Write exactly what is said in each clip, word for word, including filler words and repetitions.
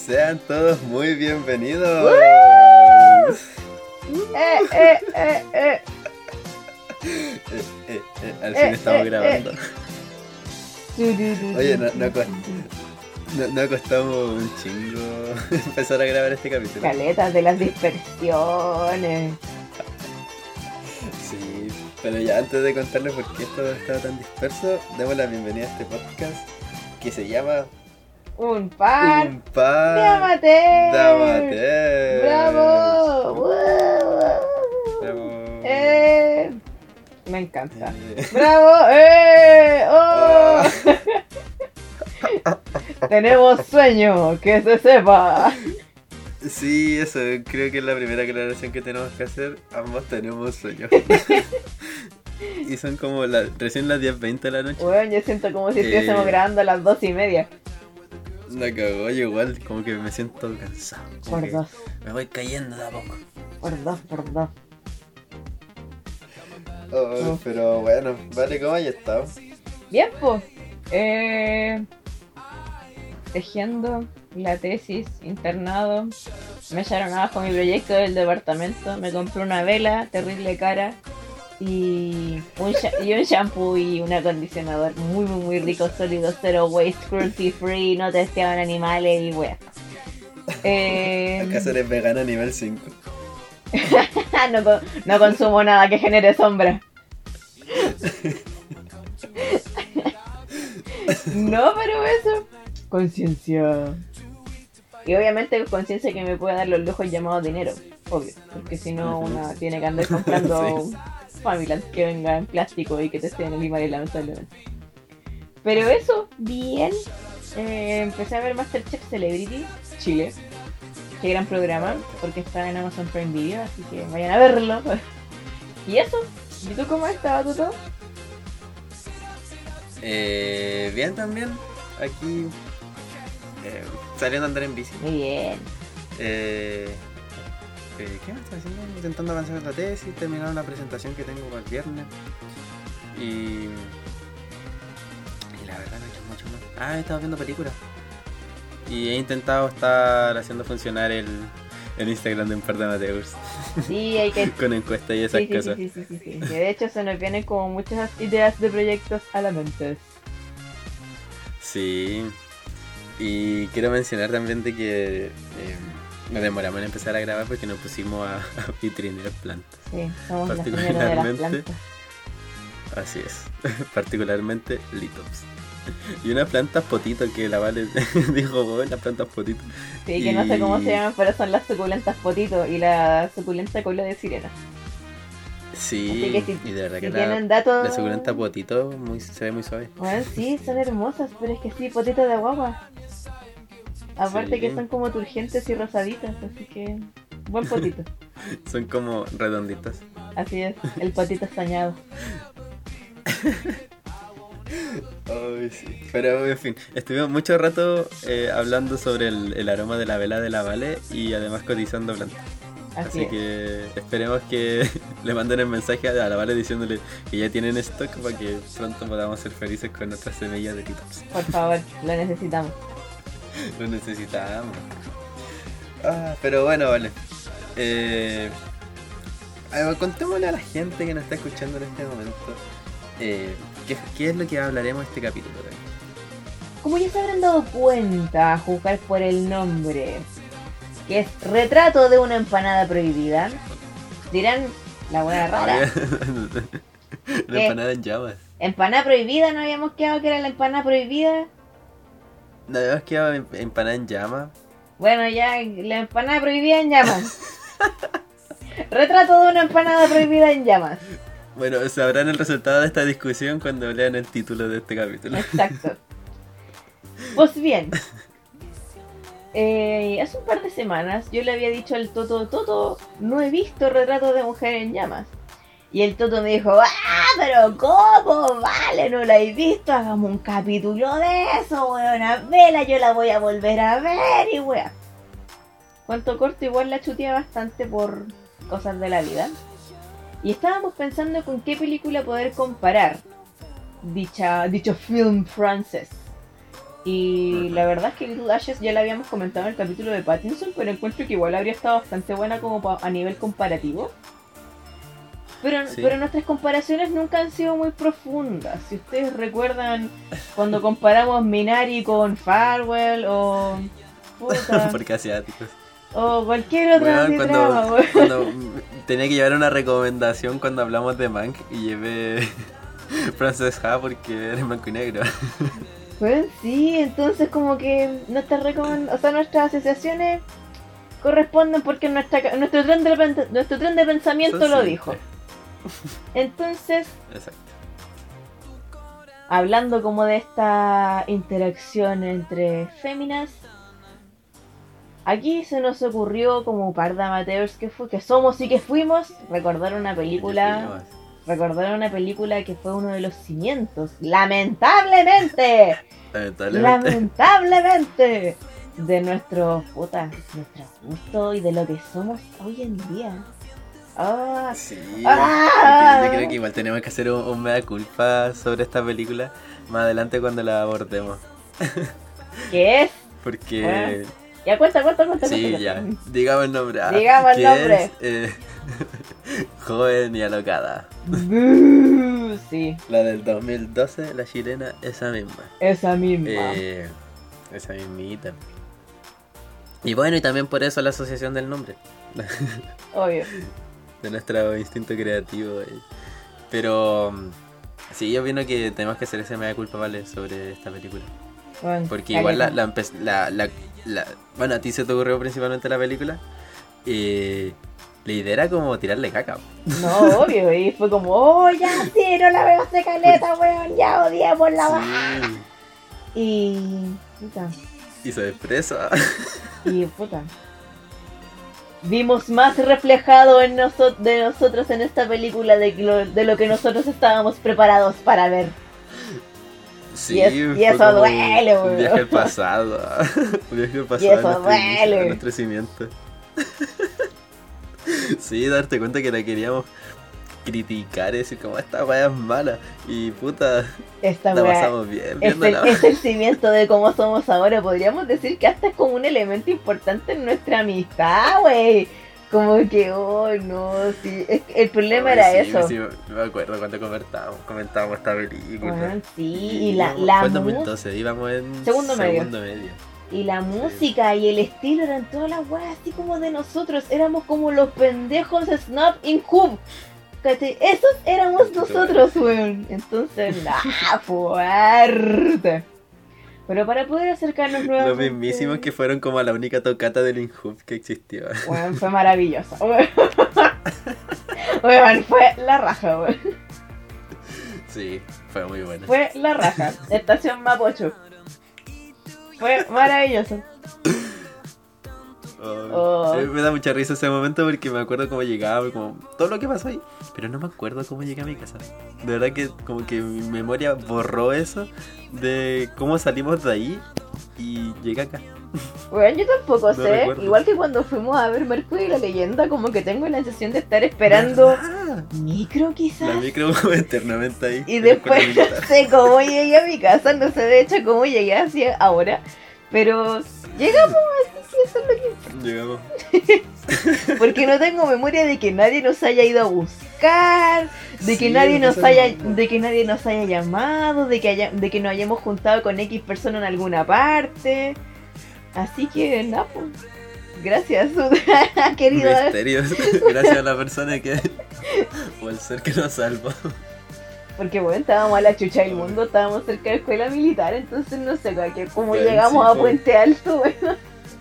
Sean todos muy bienvenidos. Eh, eh, eh, eh. Eh, eh, eh, al Eh, fin estamos eh, grabando. eh. Oye, no, no, cost- no, no costamos un chingo empezar a grabar este capítulo. Caletas de las dispersiones. Sí, pero ya antes de contarles por qué esto estaba tan disperso, demos la bienvenida a este podcast que se llama Un par Un par de amateur. de amateur. ¡Bravo! ¡Woo! Bravo. Eh, me encanta. Eh. ¡Bravo! ¡Eh! ¡Oh! Tenemos sueño, que se sepa. Sí, eso, creo que es la primera aclaración que tenemos que hacer. Ambos tenemos sueño. Y son como la, recién las diez veinte de la noche. Bueno, yo siento como si estuviésemos Eh. grabando a las dos y media. La cagó, yo igual, como que me siento cansado. como Por que dos, Me voy cayendo de a poco. por dos, por dos. Oh, pero bueno, vale, ¿cómo hay estado? Bien, pues. Eh, tejiendo la tesis, internado. Me echaron abajo mi proyecto del departamento. Me compré una vela terrible cara. Y un, sha- y un shampoo y un acondicionador muy, muy, muy rico, sólido, cero waste, cruelty free, no testeaban animales y wea. Eh, Acá eres vegana nivel cinco. no, co- no consumo nada que genere sombra. No, pero eso. Conciencia. Y obviamente conciencia que me puede dar los lujos llamados dinero. Obvio. Porque si no, una tiene que andar comprando Familans que venga en plástico y que te estén en el Himalaya, lamentablemente. Pero eso, bien. Eh, empecé a ver MasterChef Celebrity Chile. Qué gran programa, porque está en Amazon Prime Video, así que vayan a verlo. Y eso. ¿Y tú cómo has estado, Tuto? Eh, bien también, aquí eh, saliendo a andar en bici. Muy bien. Eh, eh, ¿Qué más estoy haciendo? Intentando avanzar en la tesis, terminar una presentación que tengo para el viernes. Y, y la verdad no he hecho mucho más. Ah, he estado viendo películas. Y he intentado estar haciendo funcionar el, el Instagram de un par de amateurs. Sí, hay que... Con encuestas y esas Sí, sí, cosas. sí, sí, sí, sí, sí. Que de hecho se nos vienen como muchas ideas de proyectos a la mente. Sí. Y quiero mencionar también de que eh, nos demoramos en empezar a grabar porque nos pusimos a, a vitrinear plantas. Sí, somos la señora de las Particularmente- plantas. Así es. Particularmente litops. Y unas plantas potito que la Vale dijo, oh, las plantas potito. Sí, que no sé cómo Y- se llaman, pero son las suculentas potito y la suculenta cola de sirena. Sí, Así que si, y de verdad si que tienen la, datos... la suculenta potito muy, se ve muy suave. Bueno, sí, son hermosas, pero es que sí, potito de guagua. Aparte Sí. que son como turgentes y rosaditas, así que... Buen potito. Son como redonditas. Así es, el potito soñado. Ay, sí. Pero en fin, estuvimos mucho rato eh, hablando sobre el, el aroma de la vela de la Vale y además cotizando plantas. Así, Así es. que esperemos que le manden el mensaje a la Vale diciéndole que ya tienen stock para que pronto podamos ser felices con nuestras semillas de litops. Por favor, lo necesitamos. Lo necesitamos. Ah, pero bueno, vale. Eh, a ver, contémosle a la gente que nos está escuchando en este momento eh, ¿qué, qué es lo que hablaremos este capítulo de hoy. Como ya se habrán dado cuenta, a juzgar por el nombre, que es Retrato de una empanada prohibida, dirán, la hueá rara. La empanada en llamas. ¿Empanada prohibida? ¿No habíamos quedado que era la empanada prohibida? ¿No habíamos quedado en- empanada en llamas? Bueno, ya, la empanada prohibida en llamas. Retrato de una empanada prohibida en llamas. Bueno, sabrán el resultado de esta discusión cuando lean el título de este capítulo. Exacto. Pues bien, eh, hace un par de semanas yo le había dicho al Toto, Toto, no he visto Retrato de mujer en llamas. Y el Toto me dijo, ah, pero ¿cómo? Vale, no la he visto, hagamos un capítulo de eso, weona, vela, yo la voy a volver a ver y wea. Cuanto corto, igual la chuteé bastante por cosas de la vida. Y estábamos pensando con qué película poder comparar dicha, dicho film francés. Y la verdad es que Little Ashes ya la habíamos comentado en el capítulo de Pattinson, pero encuentro que igual habría estado bastante buena como pa- a nivel comparativo. Pero, Sí. pero nuestras comparaciones nunca han sido muy profundas. Si ustedes recuerdan cuando comparamos Minari con Farwell o... puta, Porque asiáticos. o cualquier otra Weón, trama, cuando, weón. cuando tenía que llevar una recomendación cuando hablamos de Mank y llevé Frances Ha porque era en blanco y negro. Pues sí, entonces como que nuestras recomend- o sea, nuestras asociaciones corresponden porque nuestra, ca- nuestro, tren de, pen- nuestro tren de pensamiento Son lo simples. dijo. Entonces, Exacto. hablando como de esta interacción entre féminas, aquí se nos ocurrió como par de amateurs que, fue, que somos y que fuimos, recordar una película... Recordar una película que fue uno de los cimientos, lamentablemente, Lamentablemente. lamentablemente, de nuestro, puta, nuestro gusto y de lo que somos hoy en día. Ah, Sí, Ah. yo creo que igual tenemos que hacer un, un mea culpa sobre esta película más adelante cuando la abordemos. ¿qué es? Porque... Ya cuenta, cuenta, cuenta. Sí, cuenta, ya. cuenta. Digamos el nombre. Ah, Digamos el que nombre. es, eh, joven y alocada. Bú, sí, La del dos mil doce, la chilena, esa misma. esa misma. Eh, esa mismita. Y bueno, y también por eso la asociación del nombre. Obvio. De nuestro instinto creativo. eh. Pero mm, sí, yo opino que tenemos que hacer ese mea culpa, ¿vale? Sobre esta película. Bueno, Porque igual la, caleta. la, empe- la, la, la- Bueno, a ti se te ocurrió principalmente la película. Eh, la idea era como tirarle caca. No, obvio, y fue como, oh, ya, sí, no la veo hace caleta, weón, ya odiamos la va. Sí. Y, puta, Y se expresa. y puta. Vimos más reflejado en noso- de nosotros en esta película de, lo- de lo que nosotros estábamos preparados para ver. Sí, es- y fue eso como duele, un weón. viaje al pasado. Un viaje al pasado. Y eso a nuestro inicio, duele. a nuestro cimiento. Sí, darte cuenta que la queríamos criticar y decir como esta weá es mala. Y puta, Esta la weá pasamos bien es el, viéndola. es el cimiento de cómo somos ahora. Podríamos decir que hasta es como un elemento importante en nuestra amistad, wey. Como que, oh, no, sí. Es que el problema Ay, era sí, eso. sí, me acuerdo cuando comentábamos, comentábamos esta película. Weón, sí, y la, íbamos- la Fue en mus- dos mil doce, íbamos en Segundo medio. segundo medio. Y la música y el estilo eran todas las weas así como de nosotros. Éramos como los pendejos Snap in Hub. ¿Cachai? Esos éramos nosotros, weón. Entonces, nah, fuerte. Pero para poder acercarnos Los nuevamente... mismísimos que fueron como la única tocata del Inhub que existió. Weón, fue maravilloso. Weón, Weón, fue la raja, weón. Sí, fue muy bueno. Fue la raja. Estación Mapocho. Fue maravilloso. Oh, Oh. a mí me da mucha risa ese momento porque me acuerdo cómo llegaba, como todo lo que pasó ahí, pero no me acuerdo cómo llegué a mi casa. De verdad que como que mi memoria borró eso de cómo salimos de ahí y llegué acá. Bueno, yo tampoco No sé. recuerdo. Igual que cuando fuimos a ver Mercurio y la leyenda, como que tengo la sensación de estar esperando ¿Verdad? micro quizás. La micro eternamente ahí. Y en la escuela después no militar. sé cómo llegué a mi casa, no sé de hecho cómo llegué hacia ahora. Pero llegamos, así que eso es lo que... Llegamos. Porque no tengo memoria de que nadie nos haya ido a buscar, de que Sí, nadie nos eso haya, mismo. de que nadie nos haya llamado, de que haya, de que nos hayamos juntado con X persona en alguna parte. Así que nada, pues, gracias, querido. Misterios. Gracias a la persona que. O el ser que nos salvó. Porque bueno, estábamos a la chucha del mundo, estábamos cerca de la escuela militar, entonces no sé que cómo Bueno, llegamos sí, a po. Puente Alto, bueno.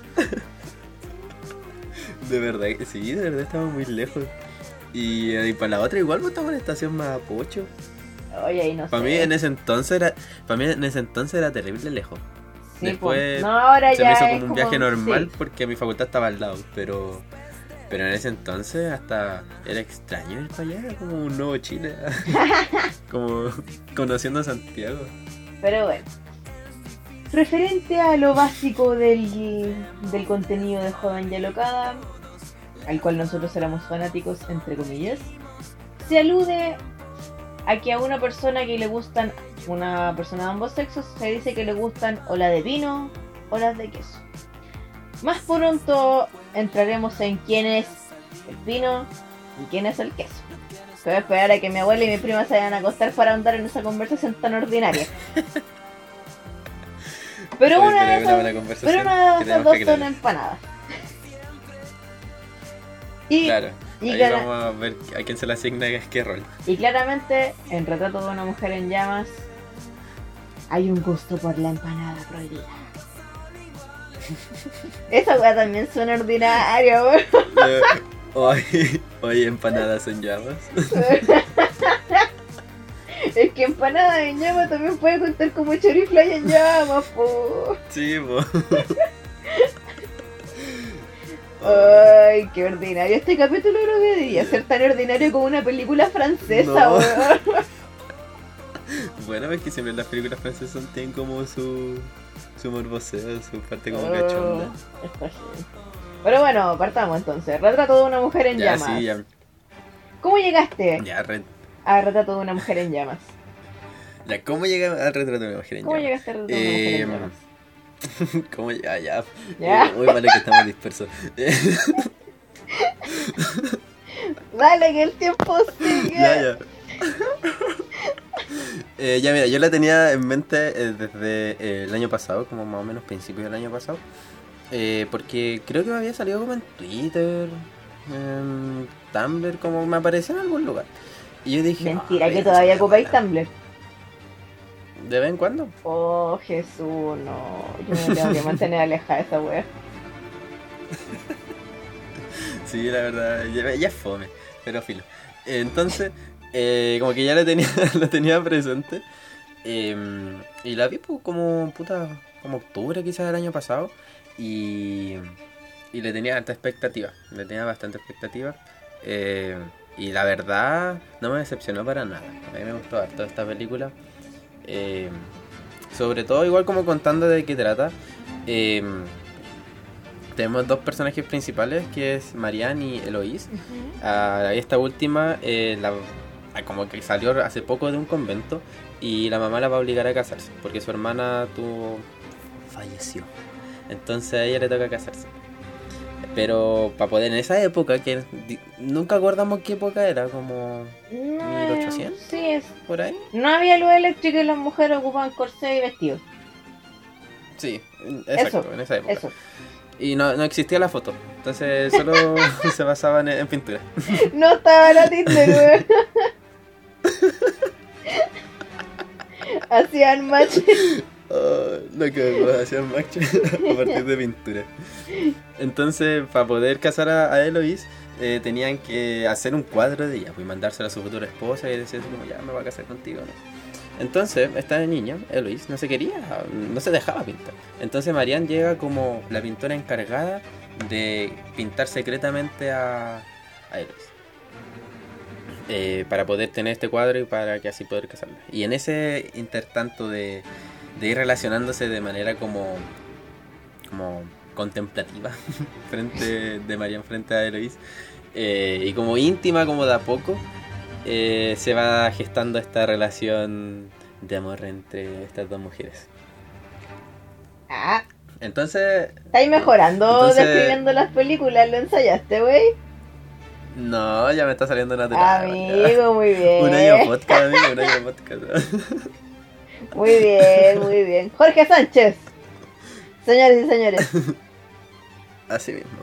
De verdad, que sí, de verdad estamos muy lejos. Y, y para la otra igual pues, estamos en la estación Mapocho. Oye, ahí no sé. Para mí en ese entonces era. Para mí en ese entonces era terrible lejos. Sí, después po. No, ahora Se ya me hizo es como un viaje como- normal sí. porque mi facultad estaba al lado, pero. Pero en ese entonces hasta era extraño ir para allá, era como un nuevo Chile. Como conociendo a Santiago. Pero bueno. Referente a lo básico del, del contenido de Joven y Alocada, al cual nosotros éramos fanáticos, entre comillas, se alude a que a una persona que le gustan una persona de ambos sexos, se dice que le gustan o las de pino o las de queso. Más pronto entraremos en quién es el pino y quién es el queso. Voy a esperar a que mi abuela y mi prima se vayan a acostar para andar en esa conversación tan ordinaria. Pero Puede una de tener una buena esas, conversación pero una de que esas tenemos dos que son aclarar. empanadas. Y, Claro, y, ahí clara- vamos a ver a quién se le asigna qué rol. y claramente, en Retrato de una mujer en llamas, hay un gusto por la empanada prohibida. Esa weá también suena ordinaria, weón. Eh, Hoy, hoy empanadas en llamas. Es que empanada en llamas también puede contar como chorifly en llamas, po. Sí, po. Ay, qué ordinario. Este capítulo no debería ser tan ordinario como una película francesa, No. weón. Bueno, es que siempre las películas francesas tienen como su, su morboseo, su parte como Oh, cachonda. está bien. Pero bueno, partamos entonces. Retrato de una mujer en Ya, llamas. sí, ya. ¿Cómo llegaste Ya, re- a Retrato de una mujer en llamas? ya, ¿cómo llega al retrato de una mujer en ¿Cómo llamas? llegaste a Retrato de una mujer en Em, llamas? ¿Cómo ya, ya? Ya. Eh, Muy vale que estamos dispersos. Eh, Dale, que el tiempo sigue. ya, ya. Eh, ya, mira, yo la tenía en mente eh, desde eh, el año pasado, como más o menos principios del año pasado. Eh, porque creo que me había salido como en Twitter, en Tumblr, como me apareció en algún lugar. Y yo dije, Mentira, "Ay, que esa todavía es ocupáis buena". Tumblr. ¿De vez en cuando? Oh, Jesús, no. Yo me tengo que mantener alejada de esa wea. Sí, la verdad, ya, ya es fome, pero filo. Entonces, eh, como que ya la tenía, la tenía presente. eh, y la vi pues, como puta, como octubre quizás del año pasado. Y, y le tenía alta expectativa. Le tenía bastante expectativa. eh, y la verdad, no me decepcionó para nada. A mí me gustó harto esta película. eh, sobre todo, igual como contando de qué trata. eh, Tenemos dos personajes principales, que es Marianne y Eloise. A esta última, eh, la, a como que salió hace poco de un convento y la mamá la va a obligar a casarse porque su hermana tuvo falleció. Entonces a ella le toca casarse. Pero para poder en esa época, que di- nunca acordamos qué época era, como No, mil ochocientos. Sí, es. por ahí. No había luz eléctrica y las mujeres ocupaban corsé y vestido. Sí, exacto, Eso, en esa época. Eso. Y no, no existía la foto, entonces solo se basaban en, en pintura. No estaba la Tinder, weón. Hacían match. Oh, lo que hacían match a partir de pintura. Entonces, para poder casar a, a Eloise, eh, tenían que hacer un cuadro de ella, pues, y mandárselo a su futura esposa y decir así como, ya me voy a casar contigo, ¿no? Entonces, esta niña, Eloise, no se quería, no se dejaba pintar. Entonces Marianne llega como la pintora encargada de pintar secretamente a, a Eloise. Eh, para poder tener este cuadro y para que así poder casarla. Y en ese intertanto de, de ir relacionándose de manera como, como contemplativa frente de Marianne frente a Eloise, eh, y como íntima, como de a poco, eh, se va gestando esta relación de amor entre estas dos mujeres. Ah, Entonces, estáis mejorando Entonces- describiendo las películas, ¿lo ensayaste, wey? no, ya me está saliendo natural. Amigo, muy bien. Un año podcast, amigo, un año podcast. Muy bien, muy bien. Jorge Sánchez. Señores y señores. Así mismo.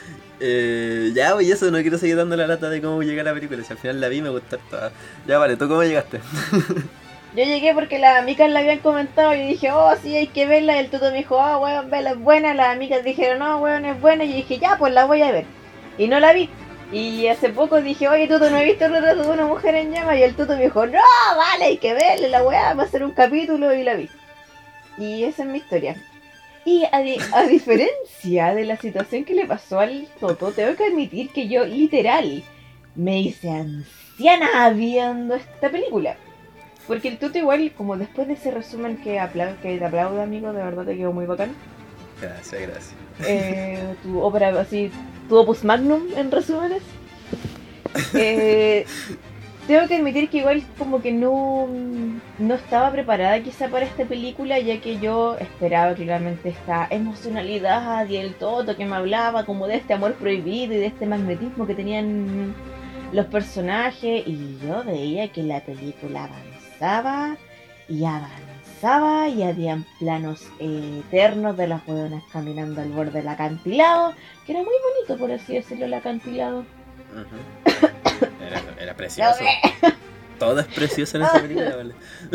Eh, ya, pues y eso, no quiero seguir dando la lata de cómo llegué a la película. Si al final la vi, me gustó toda. Ya, vale, ¿tú cómo llegaste? Yo llegué porque las amigas la habían comentado y dije, oh, sí, hay que verla. Y el tuto me dijo, oh, weón, vela, es buena. Las amigas dijeron, no, weón, es buena. Y yo dije, ya, pues la voy a ver. Y no la vi. Y hace poco dije, oye, tuto, no he visto el retrato de una mujer en llamas. Y el tuto me dijo, no, vale, hay que verla, la weá, va a ser un capítulo. Y la vi. Y esa es mi historia. Y a, di- a diferencia de la situación que le pasó al Toto, tengo que admitir que yo, literal, me hice anciana viendo esta película. Porque el Toto igual, como después de ese resumen que, apla que te aplaudo, amigo, de verdad te quedó muy bacán. Gracias, gracias. Eh, tu ópera, así, tu opus magnum en resúmenes. Eh, tengo que admitir que igual como que no, no estaba preparada quizá para esta película, ya que yo esperaba claramente esta emocionalidad y el todo que me hablaba como de este amor prohibido y de este magnetismo que tenían los personajes, y yo veía que la película avanzaba y avanzaba y habían planos eternos de las hueonas caminando al borde del acantilado, que era muy bonito, por así decirlo, el acantilado. Uh-huh. Era, era precioso. Todo es precioso en esa película, ¿vale?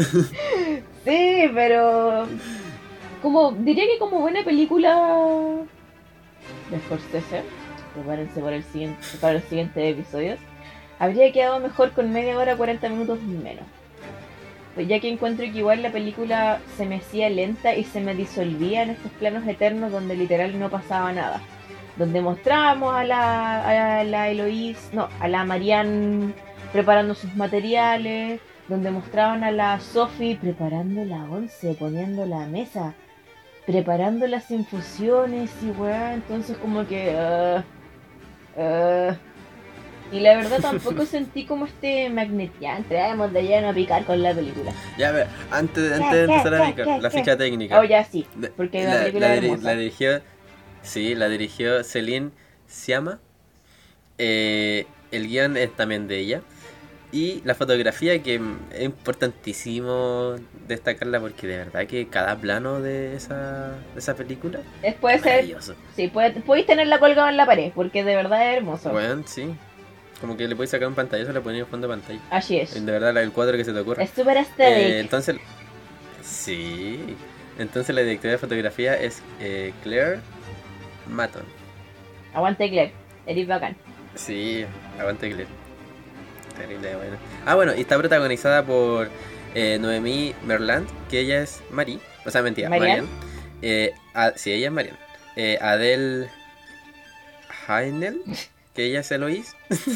Sí, pero como diría que como buena película de Scorsese, prepárense para el siguiente, para los siguientes episodios, habría quedado mejor con media hora, cuarenta minutos menos. Pues ya que encuentro que igual la película se me hacía lenta y se me disolvía en estos planos eternos donde literal no pasaba nada. Donde mostrábamos a la, a la Eloise, no, a la Marianne preparando sus materiales, donde mostraban a la Sophie preparando la once, poniendo la mesa, preparando las infusiones y weá, entonces como que... Uh, uh, y la verdad tampoco sentí como este magnetismo, entramos de lleno a picar con la película. Ya, a ver, antes, antes de empezar a picar, la ficha técnica. Oh, ya sí, porque la, la película la, es hermosa. La dirigió, sí, la dirigió Céline Sciamma. Eh, el guión es también de ella. Y la fotografía, que es importantísimo destacarla porque de verdad que cada plano de esa, de esa película es, puede es ser, maravilloso. Sí, puede, podéis tenerla colgada en la pared porque de verdad es hermoso. Bueno, sí. Como que le podéis sacar un pantallazo, le ponéis en fondo de pantalla. Así es. De verdad, el cuadro que se te ocurra. Es súper estético. Eh, entonces, sí. Entonces la directora de fotografía es eh, Claire Maton. Aguante Claire, eres bacán. Sí, aguante Claire. Terrible, bueno. Ah, bueno, y está protagonizada por eh, Noemí Merlant, que ella es Marie. O sea, mentira, Marianne. Marianne. Eh, a, sí, ella es Marianne. Eh, Adele Haenel, que ella es Eloise.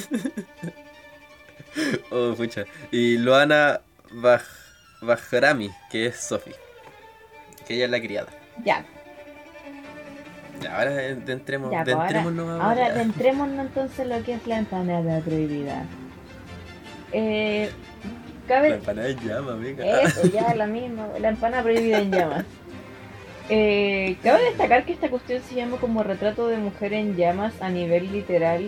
Oh, pucha. Y Luana Baj Bajrami, que es Sophie. Que ella es la criada. Ya. Ya, ahora entremos, ya, pues entrémonos ahora, ahora adentrémonos entonces en lo que es la empanada prohibida. Eh, cabe... La empanada en llama, amiga. Eso, ya la misma, la empanada prohibida en llamas. Eh, cabe destacar que esta cuestión se llama como retrato de mujer en llamas a nivel literal.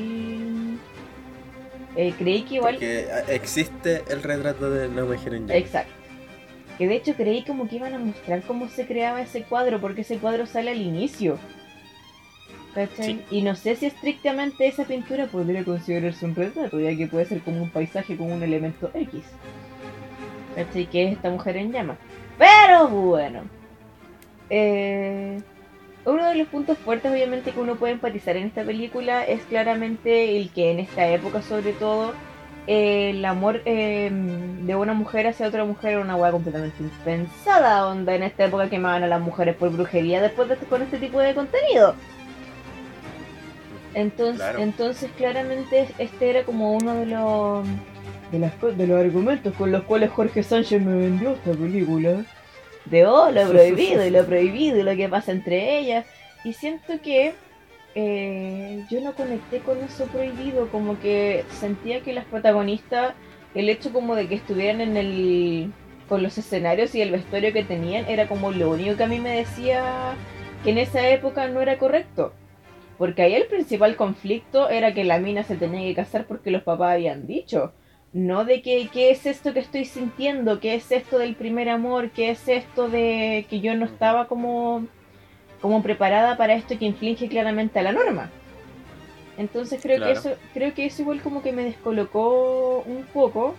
Eh, creí que igual... Porque existe el retrato de una mujer en llamas. Exacto. Que de hecho creí como que iban a mostrar cómo se creaba ese cuadro, porque ese cuadro sale al inicio. ¿Cachai? Sí. Y no sé si estrictamente esa pintura podría considerarse un retrato, ya que puede ser como un paisaje con un elemento X. ¿Cachai? Que es esta mujer en llamas. Pero bueno. Eh, uno de los puntos fuertes obviamente que uno puede empatizar en esta película es claramente el que en esta época sobre todo eh, el amor eh, de una mujer hacia otra mujer era una hueá completamente impensada, onda en esta época quemaban a las mujeres por brujería después de con este tipo de contenido. Entonces, claro. entonces claramente este era como uno de los de, las, de los argumentos con los cuales Jorge Sánchez me vendió esta película. De oh, lo prohibido y lo prohibido y lo que pasa entre ellas. Y siento que eh, yo no conecté con eso prohibido, como que sentía que las protagonistas, el hecho como de que estuvieran en el con los escenarios y el vestuario que tenían, era como lo único que a mí me decía que en esa época no era correcto. Porque ahí el principal conflicto era que la mina se tenía que casar porque los papás habían dicho. No de que, ¿qué es esto que estoy sintiendo? ¿Qué es esto del primer amor? ¿Qué es esto de que yo no estaba como, como preparada para esto que inflige claramente a la norma? Entonces creo claro. que eso creo que eso igual como que me descolocó un poco.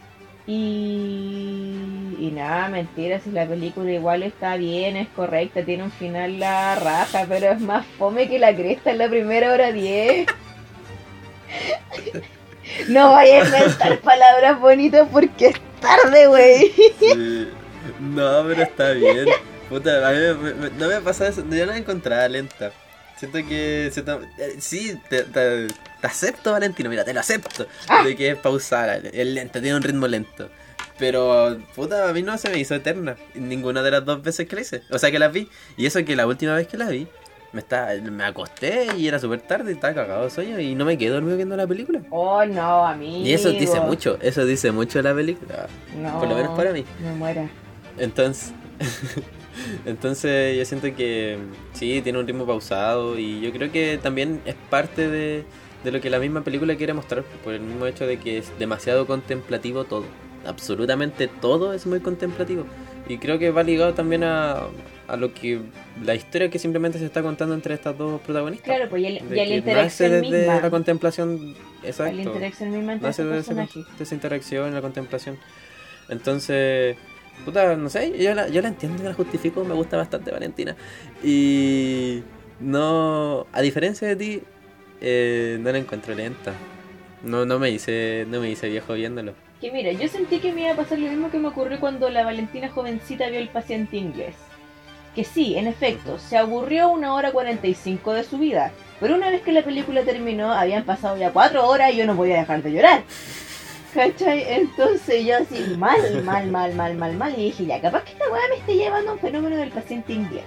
Y, y nada, mentira, si la película igual está bien, es correcta, tiene un final la raja, pero es más fome que la cresta en la primera hora diez. No vayas a inventar palabras bonitas porque es tarde, güey. Sí. No, pero está bien. Puta, a mí me, me, no me pasa eso. Yo no la encontraba lenta. Siento que... Siento, eh, sí, te, te, te acepto, Valentino. Mira, te lo acepto. Ah. De que es pausada, es lenta, tiene un ritmo lento. Pero, puta, a mí no se me hizo eterna. Ninguna de las dos veces que la hice. O sea, que la vi. Y eso que la última vez que la vi, me está, me acosté y era súper tarde y estaba cagado de sueño y no me quedé dormido viendo la película. Oh, no, amigo. Y eso dice mucho, eso dice mucho de la película. No, por lo menos para mí. Me muera. Entonces, entonces yo siento que sí, tiene un ritmo pausado y yo creo que también es parte de, de lo que la misma película quiere mostrar, por el mismo hecho de que es demasiado contemplativo todo. Absolutamente todo es muy contemplativo. Y creo que va ligado también a, a lo que la historia que simplemente se está contando entre estas dos protagonistas. Claro, pues y, el, de y la que interacción nace desde misma. la contemplación, exacto. La interacción misma entre Nace esos de, ese- personajes. de esa interacción, la contemplación. Entonces, puta, no sé, yo la, yo la entiendo y la justifico, me gusta bastante Valentina. Y no, a diferencia de ti, eh, no la encuentro lenta. No, no me hice, no me hice viejo viéndolo. Que mira, yo sentí que me iba a pasar lo mismo que me ocurrió cuando la Valentina jovencita vio El paciente inglés. Que sí, en efecto, se aburrió una hora cuarenta y cinco de su vida. Pero una vez que la película terminó, habían pasado ya cuatro horas y yo no podía dejar de llorar. ¿Cachai? Entonces yo así, mal, mal, mal, mal, mal, mal. Y dije, ya, capaz que esta weá me esté llevando a un fenómeno del paciente inglés.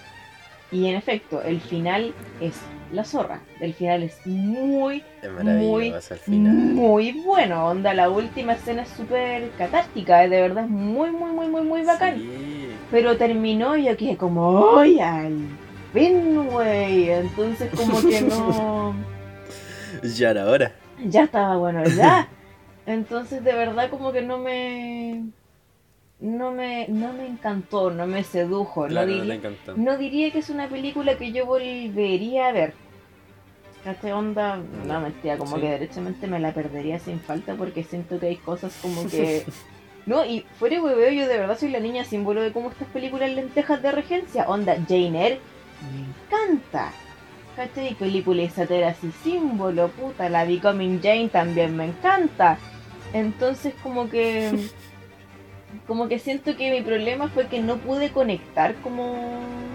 Y en efecto, el final es la zorra. El final es muy, Es muy, maravilloso al final. muy bueno. Onda, la última escena es súper catártica. De verdad es muy, muy, muy, muy, muy bacán. Sí. Pero terminó y yo quedé como, ¡ay, al fin, güey! Entonces como que no... Ya era hora. Ya estaba bueno, ya. Entonces de verdad como que no me... No me, no me encantó, no me sedujo. Claro, no, no te diría, encantó. no diría que es una película que yo volvería a ver. ¿Qué onda? No, mentira, como Sí. que derechamente me la perdería sin falta porque siento que hay cosas como que... No, y fuera de hueveo, yo de verdad soy la niña símbolo de cómo estas películas lentejas de regencia. Onda, Jane Eyre me encanta. ¿Cachai? Película satira así símbolo, puta. La Becoming Jane también me encanta. Entonces como que... Como que siento que mi problema fue que no pude conectar como...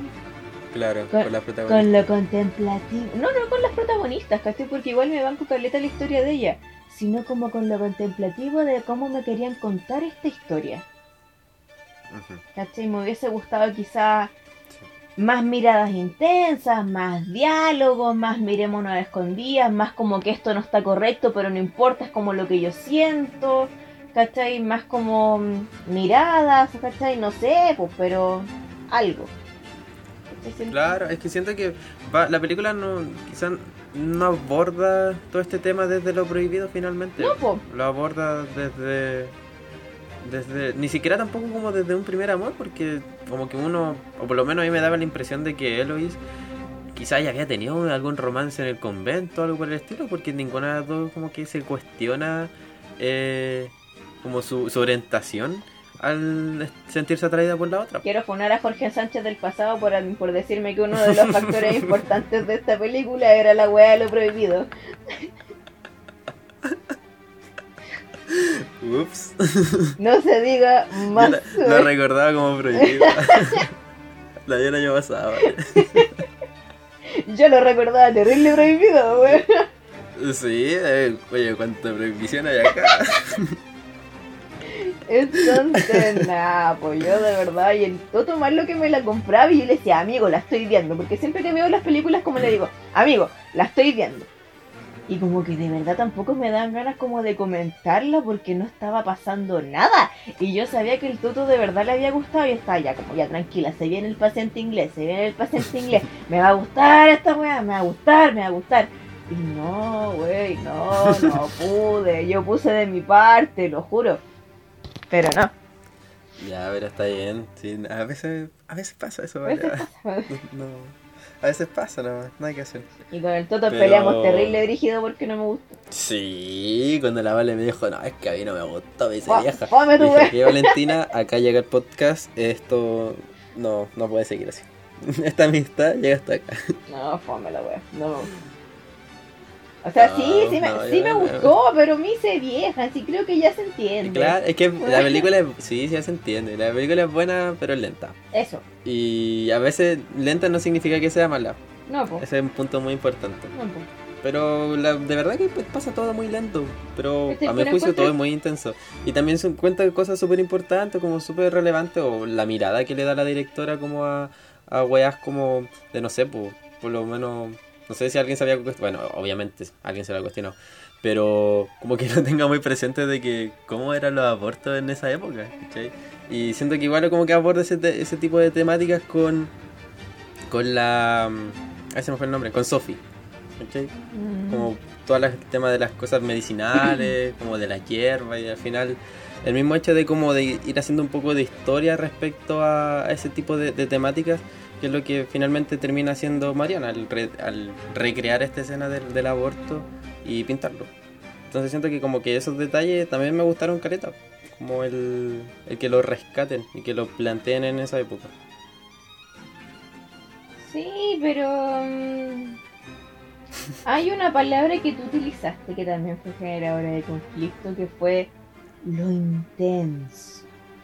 Claro, Con- con la Con protagonista. lo contemplativo. No, no con las protagonistas, ¿cachai? Porque igual me banco caleta la historia de ella. Sino como con lo contemplativo de cómo me querían contar esta historia. Ujú. ¿Cachai? Me hubiese gustado quizá más miradas intensas, más diálogos, más mirémonos a escondidas, más como que esto no está correcto, pero no importa, es como lo que yo siento, ¿cachai? Más como mm, miradas, ¿cachai? No sé, pues, pero algo. ¿Cachai? Siento- Claro, es que siento que va- la película no, quizás no aborda todo este tema desde lo prohibido finalmente. No, po. Lo aborda desde, desde, ni siquiera tampoco como desde un primer amor, porque como que uno, o por lo menos a mí me daba la impresión de que Eloise quizás ya había tenido algún romance en el convento o algo por el estilo, porque ninguna de las dos como que se cuestiona eh, como su, su orientación al sentirse atraída por la otra. Quiero funar a Jorge Sánchez del pasado por, por decirme que uno de los factores importantes de esta película era la weá de lo prohibido. Ups. No se diga Yo más. la, la recordaba como prohibida. La vi el año pasado. Yo lo recordaba terrible prohibido, weón. Sí, eh, oye, cuánta prohibición hay acá. Entonces, nada, pues yo de verdad, y el Toto más lo que me la compraba y yo le decía, amigo, la estoy viendo, porque siempre que veo las películas como le digo, amigo, la estoy viendo. Y como que de verdad tampoco me dan ganas como de comentarla porque no estaba pasando nada. Y yo sabía que el Toto de verdad le había gustado y estaba ya como, ya tranquila, se viene el paciente inglés, se viene el paciente inglés, me va a gustar esta weá, me va a gustar, me va a gustar. Y no, wey, no, no pude, yo puse de mi parte, lo juro. Pero no. Ya, pero está bien. Sí, a veces, a veces pasa eso, A ¿vale? veces pasa. No, a veces pasa, no, no hay que hacer. Y con el Toto Pero- peleamos terrible brígido porque no me gusta. Sí, cuando la Vale me dijo, no, es que a mí no me gustó, me dice Fo- vieja. fome tu Dije, wea. que Valentina, acá llega el podcast, esto no, no puede seguir así. Esta amistad llega hasta acá. No, fome la wea. No me gusta. O sea, No, sí, sí me, no, sí yo- me gustó, pero me hice vieja, así creo que ya se entiende. Claro, es que la película, es- sí, sí, ya se entiende. La película es buena, pero es lenta. Eso. Y a veces lenta no significa que sea mala. No, pues. Ese es un punto muy importante. No, pues. Pero la, de verdad que pues, pasa todo muy lento. Pero Este, a mi pero juicio encuentro- todo es muy intenso. Y también se cuenta cosas súper importantes, como súper relevantes. O la mirada que le da la directora como a, a weas como de no sé, po, por lo menos, no sé si alguien se había cuestionado, bueno, obviamente alguien se lo ha cuestionado, pero como que no tenga muy presente de que cómo eran los abortos en esa época, ¿cachai? Y siento que igual como que aborda ese, te- ese tipo de temáticas con, con la... Ahí se me fue el nombre, con Sophie, ¿cachai? Mm. Como todo el tema de las cosas medicinales, como de la hierba y al final el mismo hecho de como de ir haciendo un poco de historia respecto a, a ese tipo de, de temáticas, que es lo que finalmente termina haciendo Mariana al, re- al recrear esta escena del, del aborto y pintarlo. Entonces siento que como que esos detalles también me gustaron caleta, como el, el que lo rescaten y que lo planteen en esa época. Sí, pero mm, hay una palabra que tú utilizaste que también fue generadora de conflicto, que fue lo intenso.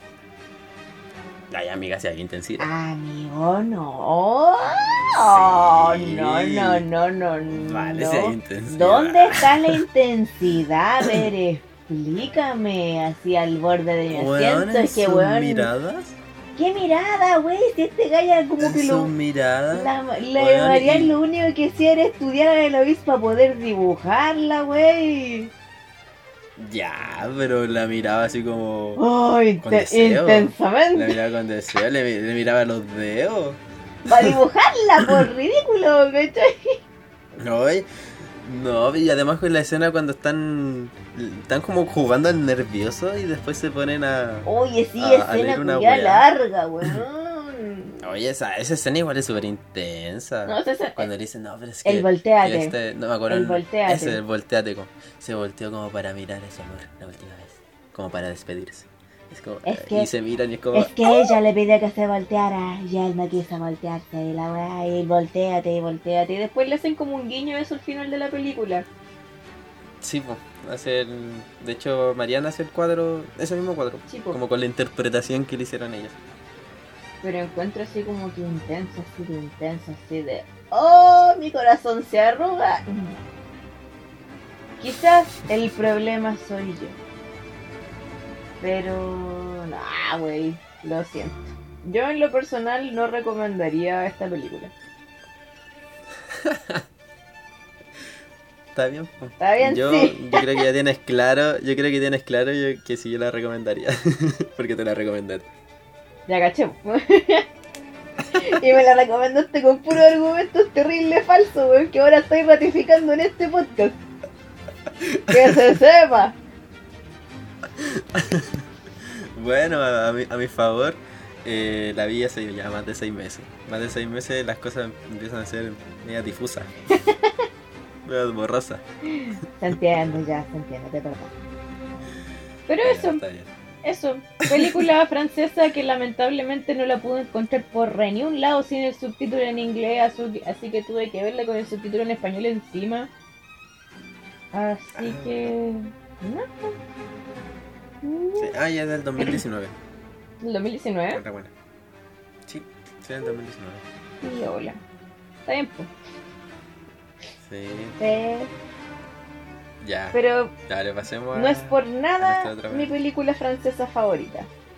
Ay, amiga, si hay intensidad. Amigo, no. Oh, Sí. no, no, no, no, no. Vale, si hay intensidad. ¿Dónde está la intensidad? A ver, explícame. Así al borde de mi Weón, asiento. en Es que, sus weón. miradas, ¿Qué mirada, güey? Si este galla como en que sus lo. miradas, La, la weón, Marian y- lo único que hacía era estudiar a la Lois para poder dibujarla, güey. Ya, pero la miraba así como Oh, con inte- deseo. La intensamente. miraba con deseo, le, mi- le miraba los dedos. Para dibujarla, por ridículo, ¿cachai? No, y- no, y además con la escena cuando están están como jugando al nervioso y después se ponen a... Oye, sí, A- a escena leer una culiá weá. larga, weón. Oye, esa, esa escena igual es súper intensa. No, esa- esa- Cuando le dicen, no, pero es que... El volteate. que este- no me acuerdo. El el- volteate. Ese, el volteate. Como, se volteó como para mirar a su amor la última vez. Como para despedirse. Es como, Es que- y se miran y es como... Es que ella le pidió que se volteara y él no quiso voltearse y la weá, y volteate y volteate. Y después le hacen como un guiño eso al final de la película. Sí, pues. Hace el... De hecho, Mariana hace el cuadro, ese mismo cuadro. Sí, po. Como con la interpretación que le hicieron ellas. Pero encuentro así como que intenso, así de intenso, así de... ¡Oh! Mi corazón se arruga. Quizás el problema soy yo. Pero... Nah, güey. Lo siento. Yo en lo personal no recomendaría esta película. Está bien, po. Está bien, yo, sí. yo creo que ya tienes claro, yo creo que tienes claro yo, que sí yo la recomendaría. Porque te la recomendé. Ya caché. po. Y me la recomendaste con puros argumentos terribles falsos, weón, que ahora estoy ratificando en este podcast. Que se sepa. Bueno, a, a mi, a mi favor, eh, la vi hace ya más de seis meses. Más de seis meses las cosas empiezan a ser medio difusas. Medio borrosas. Se entiende ya, se entiende, de verdad. Pero Ya, eso, está bien. eso. Película francesa que lamentablemente no la pude encontrar por re ni un lado sin el subtítulo en inglés, asu- así que tuve que verla con el subtítulo en español encima. Así que... No. Sí. Ah, ya es del dos mil diecinueve. ¿El dos mil diecinueve? Otra buena. Sí, sí, del dos mil diecinueve. Y hola. Está bien, pues. Sí, Sí. ya. Pero Dale, pasemos a... no es por a nada nuestra otra mi vez. película francesa favorita.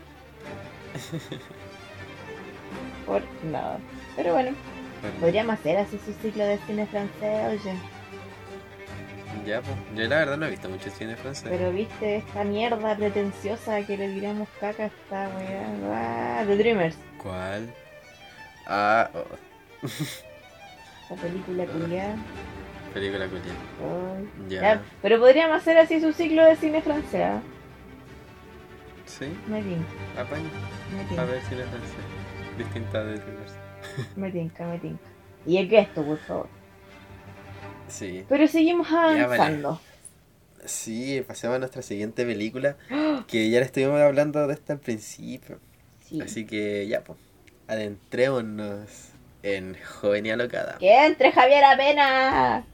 Por nada. Pero bueno, Bueno, podríamos hacer así su ciclo de cine francés, oye. ya, pues. Yo la verdad no he visto mucho cine francés. Pero viste esta mierda pretenciosa que le tiramos caca a esta weá. Ah, The Dreamers. ¿Cuál? Ah, oh, Esta película culiada. película culiada. Ay. Ya. Ya, pero podríamos hacer así su ciclo de cine francés. ¿Ah? Sí, Me tinca, apaño. me A tinca, ver cine francés. Distinta de Dreamers. me tinca, me tinca. Y el gesto, por favor. Sí. Pero seguimos vale. avanzando. Sí, pasemos a nuestra siguiente película. Que ya le estuvimos hablando de esta al principio. Sí. Así que ya, pues. Adentrémonos en Joven y Alocada. ¡Que entre Javier Apena!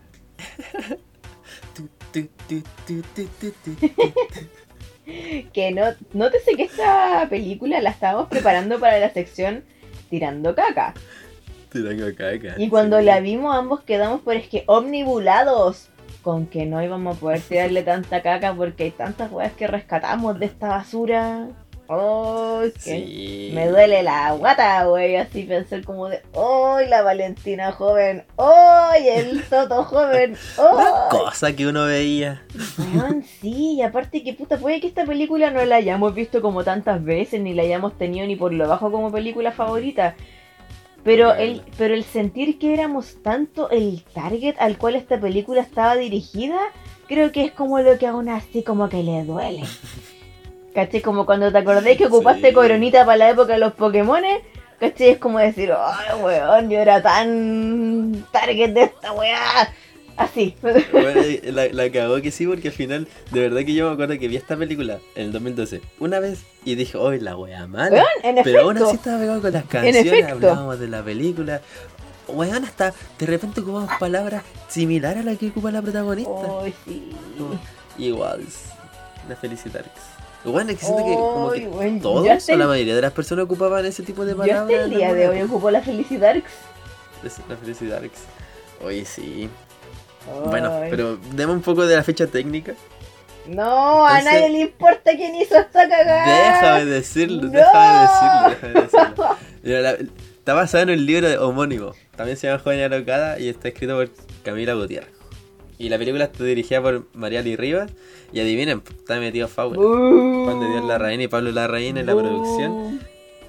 Tu, tu, tu, tu, tu, tu, tu, tu. Que no, nótese que esta película la estábamos preparando para la sección Tirando Caca. Tirando caca. Y cuando Sí. la vimos ambos quedamos por es que omnibulados con que no íbamos a poder tirarle tanta caca porque hay tantas weas que rescatamos de esta basura. Oh, es que Sí. me duele la guata, güey, así pensar como de, ¡oh, la Valentina joven! ¡Oh, el Toto joven! ¡Oh! Una cosa que uno veía. Weón, sí, y aparte que puta, puede que esta película no la hayamos visto como tantas veces, ni la hayamos tenido ni por lo bajo como película favorita. Pero Claro. el, pero el sentir que éramos tanto el target al cual esta película estaba dirigida, creo que es como lo que aún así como que le duele. ¿Cachai? Como cuando te acordás que ocupaste Sí. coronita para la época de los Pokémones. ¿Cachai? Es como decir, ay, weón, yo era tan target de esta weá. Así. Bueno, la, la cagó que sí, porque al final, de verdad que yo me acuerdo que vi esta película en el dos mil doce una vez y dije, oh, la wea mala. Weón, en Pero aún efecto. así estaba pegado con las canciones, efecto. hablábamos de la película. Weón, hasta de repente ocupamos palabras similares a las que ocupa la protagonista. Ay, sí. Igual, la felicitarix. Bueno, es que siento que como Ay, que weón, todos yo hasta o la el- mayoría de las personas ocupaban ese tipo de Yo palabras. hasta el en día alguna de hoy época. ocupo la felicidad. Es la felicitarix. Oye, sí. Bueno, Ay. pero demos un poco de la fecha técnica. No, a Entonces- nadie le importa quién hizo esta cagada. Déjame decirlo, No. déjame decirlo, déjame decirlo. Mira, la- está basado en un libro de- homónimo. También se llama Joven y Alocada y está escrito por Camila Gutiérrez. Y la película está dirigida por Mariali Rivas. Y adivinen, está metido Fábula. Uh, Juan de Dios Larraín y Pablo Larraín en la uh. producción.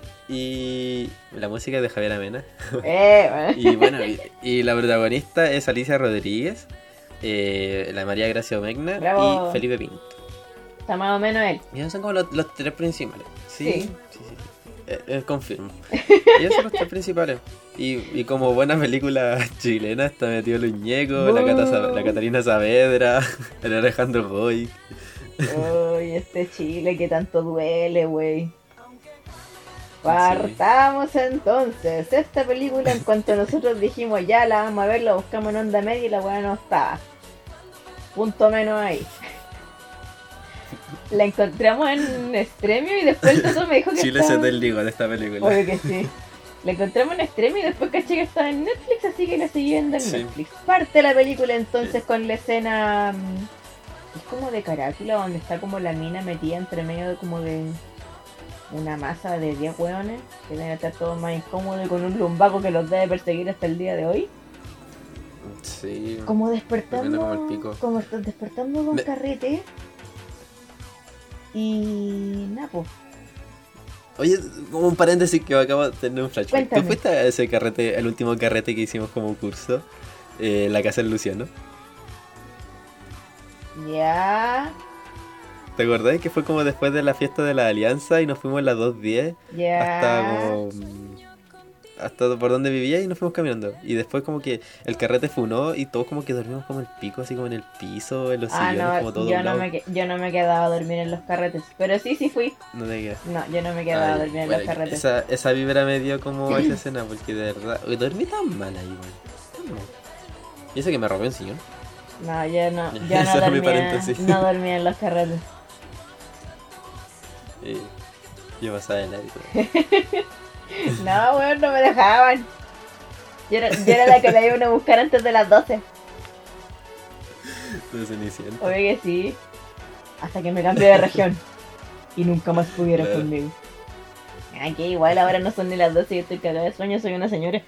Y la música es de Javier Amena. Eh, bueno. Y bueno, y, y la protagonista es Alicia Rodríguez, eh, la María Gracia Omegna Bravo. y Felipe Pinto. Está más o menos él. Y esos son como los, los tres principales. Sí, Sí. sí, sí. sí. Eh, eh, confirmo. Y esos son los tres principales. Y, y como buena película chilena está metido Luis Ñeco, la, Cata Sa- la Catalina Saavedra, el Alejandro Goy. Uy, este Chile que tanto duele, güey. Partamos entonces. Esta película, en cuanto nosotros dijimos ya la vamos a ver, la buscamos en onda media y la weá no estaba. Punto menos ahí. La encontramos en Extremio y después el Toto me dijo que Chile estaba... se te digo de esta película. Obvio que sí. La encontramos en Extremio y después caché que estaba en Netflix, así que la seguí viendo en Sí. Netflix. Parte la película entonces con la escena... mm, es como de carátula, donde está como la mina metida entre medio de como de una masa de diez hueones, que deben estar todos más incómodos y con un lumbago que los debe perseguir hasta el día de hoy. Sí. Como despertando, Tremendo como el pico. como est- despertando con Me- carrete. Y nada, pues. Oye, como un paréntesis que acabo de tener un flashback. Cuéntame. ¿Tú fuiste a ese carrete, el último carrete que hicimos como curso? Eh, la casa del Luciano. Ya, ¿Te acordás que fue como después de la fiesta de la Alianza y nos fuimos a las dos diez ya. hasta como... hasta por donde vivía y nos fuimos caminando. Y después como que el carrete funó y todos como que dormimos como el pico, así como en el piso, en los Ah, sillones, como no, todo yo no, doblado. me, que- yo no me quedaba a dormir en los carretes. Pero sí, sí fui. No te quedas. No, yo no me quedaba a Ay, dormir en bueno, los carretes. esa, esa vibra me dio como esa escena, porque de verdad... Uy, dormí tan mal ahí, güey. Tan mal. Y eso que me robé un sillón. No, yo no, yo Ese no era mi dormía, paréntesis. no dormía en los carretes. Eh, yo pasaba el aire. No, weón, no me dejaban. Yo era, yo era la que la iban a buscar antes de las doce. De Cenicienta. Obvio que sí. Hasta que me cambié de región. Y nunca más pudieron Claro. conmigo. Aquí igual ahora no son ni las doce y estoy cagada de sueño, soy una señora.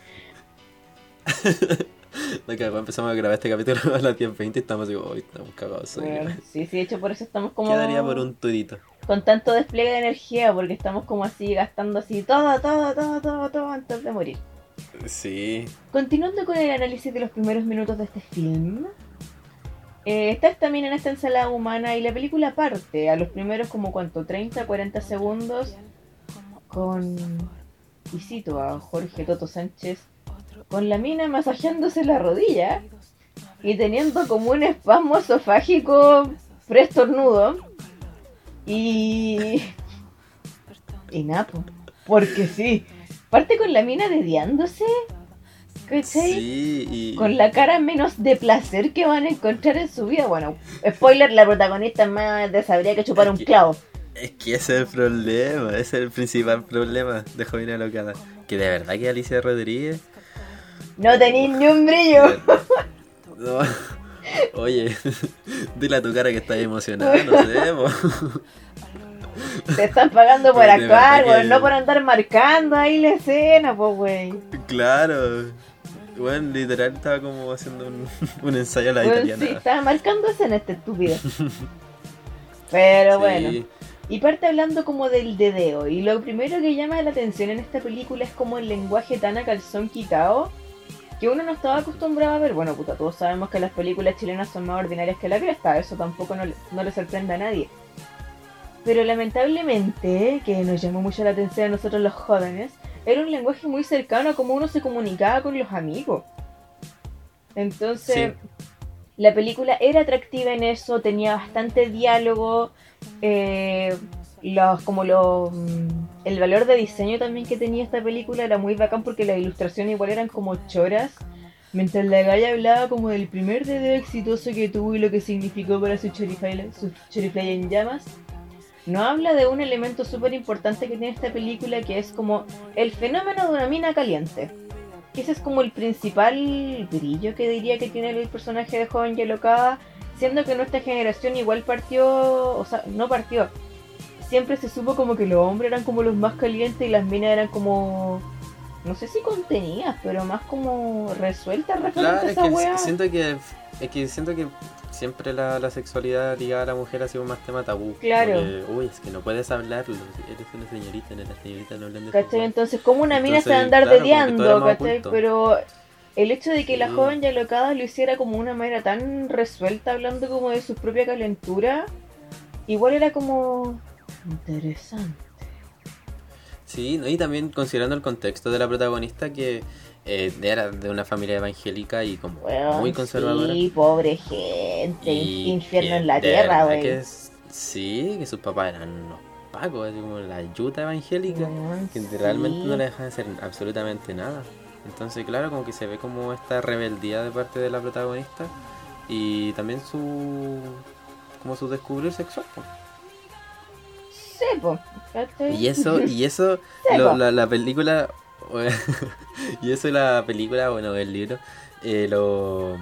No, que después empezamos a grabar este capítulo a las diez veinte y estamos así, hoy estamos cagados. de sueño". Weón, sí, sí, de hecho por eso estamos como... Quedaría por un turito. con tanto despliegue de energía, porque estamos como así gastando así todo, todo, todo, todo, todo antes de morir. Sí. Continuando con el análisis de los primeros minutos de este film, eh, estás también en esta ensalada humana y la película parte a los primeros como cuánto, treinta, cuarenta segundos con, y cito a Jorge Toto Sánchez, con la mina masajeándose la rodilla y teniendo como un espasmo esofágico prestornudo y... y napo, porque sí, parte con la mina dediándose, ¿cachai? Sí, y... Con la cara menos de placer que van a encontrar en su vida. Bueno, spoiler, la protagonista es más desabría que chupar un clavo. Es que ese es el problema, ese es el principal problema de Joven y Alocada. Que de verdad que Alicia Rodríguez... No tenéis ni un brillo. No. Oye, dile a tu cara que estás emocionada, no sé, po. Te están pagando por Pero de actuar, verdad weón, que- no por andar marcando ahí la escena, pues, wey. Claro. Bueno, literal estaba como haciendo un, un ensayo a la Bueno, italiana. sí, estaba marcando escena este estúpido. Pero Sí. bueno. Y parte hablando como del dedeo. Y lo primero que llama la atención en esta película es como el lenguaje tan a calzón quitado que uno no estaba acostumbrado a ver. Bueno, puta, todos sabemos que las películas chilenas son más ordinarias que la cresta. Eso tampoco no, le- no le sorprende a nadie. Pero lamentablemente, que nos llamó mucho la atención a nosotros los jóvenes, era un lenguaje muy cercano a cómo uno se comunicaba con los amigos. Entonces, la película era atractiva en eso, tenía bastante diálogo, eh, los, como los, mm, el valor de diseño también que tenía esta película era muy bacán porque las ilustraciones igual eran como choras, mientras la galla hablaba como del primer dedo exitoso que tuvo y lo que significó para su chorifly, su chorifly en llamas. No habla de un elemento súper importante que tiene esta película, que es como el fenómeno de una mina caliente. Que ese es como el principal brillo que diría que tiene el personaje de Joven Yellow, siendo que nuestra generación igual partió, o sea, no partió. Siempre se supo como que los hombres eran como los más calientes y las minas eran como, no sé si contenidas, pero más como resueltas referente Claro, a es esa que wea. siento que es que siento que siempre la, la sexualidad ligada a la mujer ha sido más tema tabú. Claro. Porque, uy, es que no puedes hablarlo, eres una señorita, no, las señoritas no hablan de ¿Cachai? eso. Entonces, como una mina se va a Entonces, andar claro, como que todo era dediando, más ¿cachai? oculto. Pero el hecho de que la Sí. joven Yalocada lo hiciera como una manera tan resuelta, hablando como de su propia calentura, igual era como interesante. Sí, ¿no? Y también considerando el contexto de la protagonista que eh, era de una familia evangélica y como Weón, muy conservadora. sí, pobre gente, Y infierno que en la de tierra, verdad güey. que es- sí, que sus papás eran unos pacos, así como la yuta evangélica, Weón, que realmente sí. no le dejan hacer absolutamente nada. Entonces, claro, como que se ve como esta rebeldía de parte de la protagonista y también su como su descubrir sexual, po. Sí, po, ¿cachai? Y eso, y eso, Sí, lo- po. la, la película, y eso la película, bueno, el libro, eh, lo,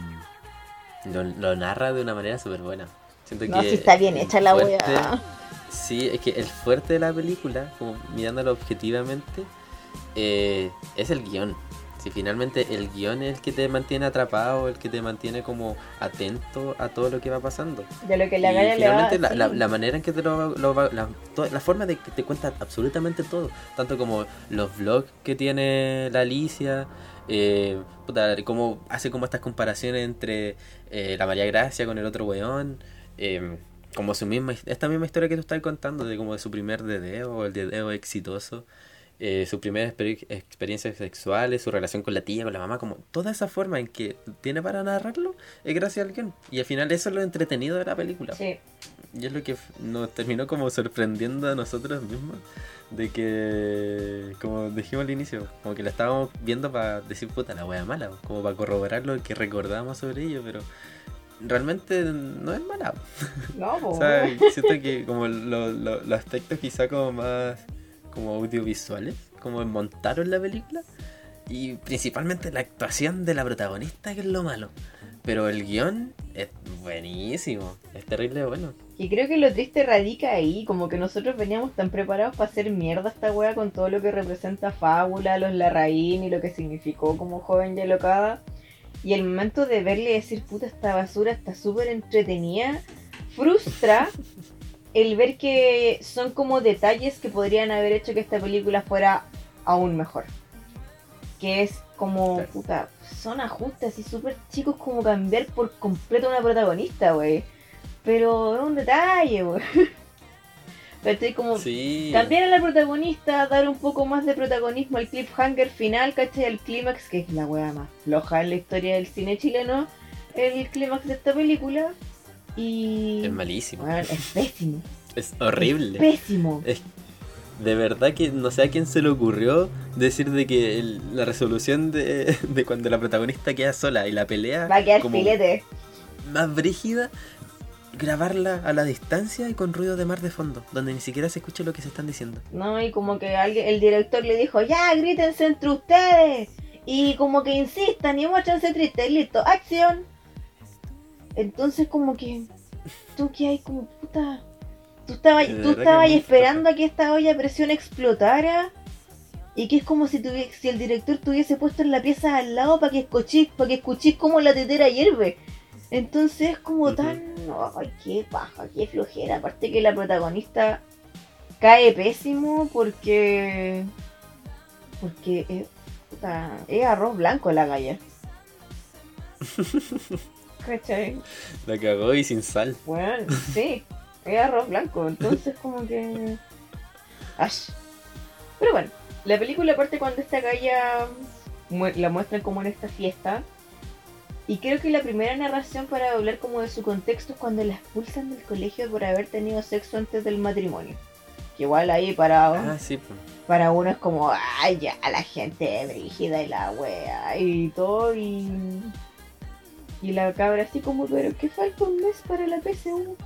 lo, lo narra de una manera súper buena. Siento No, que sí está bien el hecha la fuerte- wea. Sí, es que el fuerte de la película, como mirándolo objetivamente, eh, es el guión. Si finalmente el guión es el que te mantiene atrapado, el que te mantiene como atento a todo lo que va pasando. De lo que la Y galla le va finalmente la, sí. la, la manera en que te lo, lo va- la, to- la forma de que te cuenta absolutamente todo, tanto como los vlogs que tiene la Alicia, eh, puta, cómo hace como estas comparaciones entre eh, la María Gracia con el otro weón, eh, como su misma, esta misma historia que tú estás contando, de como de su primer dedeo, o el dedeo exitoso, eh, sus primeras exper- experiencias sexuales, su relación con la tía, con la mamá, como toda esa forma en que tiene para narrarlo es gracias al guión. Y al final eso es lo entretenido de la película. Sí. Y es lo que f- nos terminó como sorprendiendo a nosotros mismos, de que, como dijimos al inicio, como que la estábamos viendo para decir, puta, la wea mala, como para corroborar lo que recordábamos sobre ello, pero realmente no es mala. No, po. O sea, siento que como lo- lo- los aspectos quizá como más como audiovisuales, como montaron la película, y principalmente la actuación de la protagonista, que es lo malo. Pero el guión es buenísimo, es terrible bueno. Y creo que lo triste radica ahí, como que nosotros veníamos tan preparados para hacer mierda esta wea con todo lo que representa Fábula, los Larraín y lo que significó como joven y alocada. Y el momento de verle y decir, puta, esta basura está súper entretenida, frustra el ver que son como detalles que podrían haber hecho que esta película fuera aún mejor. Que es como, Claro. puta, son ajustes así súper chicos como cambiar por completo a una protagonista, wey. Pero es un detalle, wey. Pero estoy como Sí, cambiar a la protagonista, dar un poco más de protagonismo al cliffhanger final, ¿cachai? Al clímax, que es la wea más floja en la historia del cine chileno, el clímax de esta película. Y... es malísimo, Bueno, es pésimo. es horrible. Pésimo. Es de verdad que no sé a quién se le ocurrió decir de que el- la resolución de, de cuando la protagonista queda sola y la pelea Va a quedar como filete. más brígida, grabarla a la distancia y con ruido de mar de fondo, donde ni siquiera se escucha lo que se están diciendo. No, y como que alguien, el director le dijo, ya, grítense entre ustedes. Y como que insistan y muéstrense tristes, listo, acción. Entonces como que tú que hay como puta, Tú estabas, De tú verdad que estabas es muy esperando a que esta olla a presión explotara. Y que es como si, tuviese, si el director te hubiese puesto en la pieza al lado para que escuchís, para que escuchís como la tetera hierve. Entonces es como Ujú. tan... Ay, qué paja, qué flojera. Aparte que la protagonista cae pésimo porque... Porque es, puta, es arroz blanco la galla. ¿Cachai? La cagó y sin sal. Bueno, sí, es arroz blanco. Entonces como que... Ash. Pero bueno, la película parte cuando esta galla mu- la muestran como en esta fiesta. Y creo que la primera narración para hablar como de su contexto es cuando la expulsan del colegio por haber tenido sexo antes del matrimonio. Que igual ahí para, Ah, sí, pues. para uno es como, ay, ya, la gente brígida y la wea y todo. Y, y la cabra así como, pero que falta un mes para la P S U.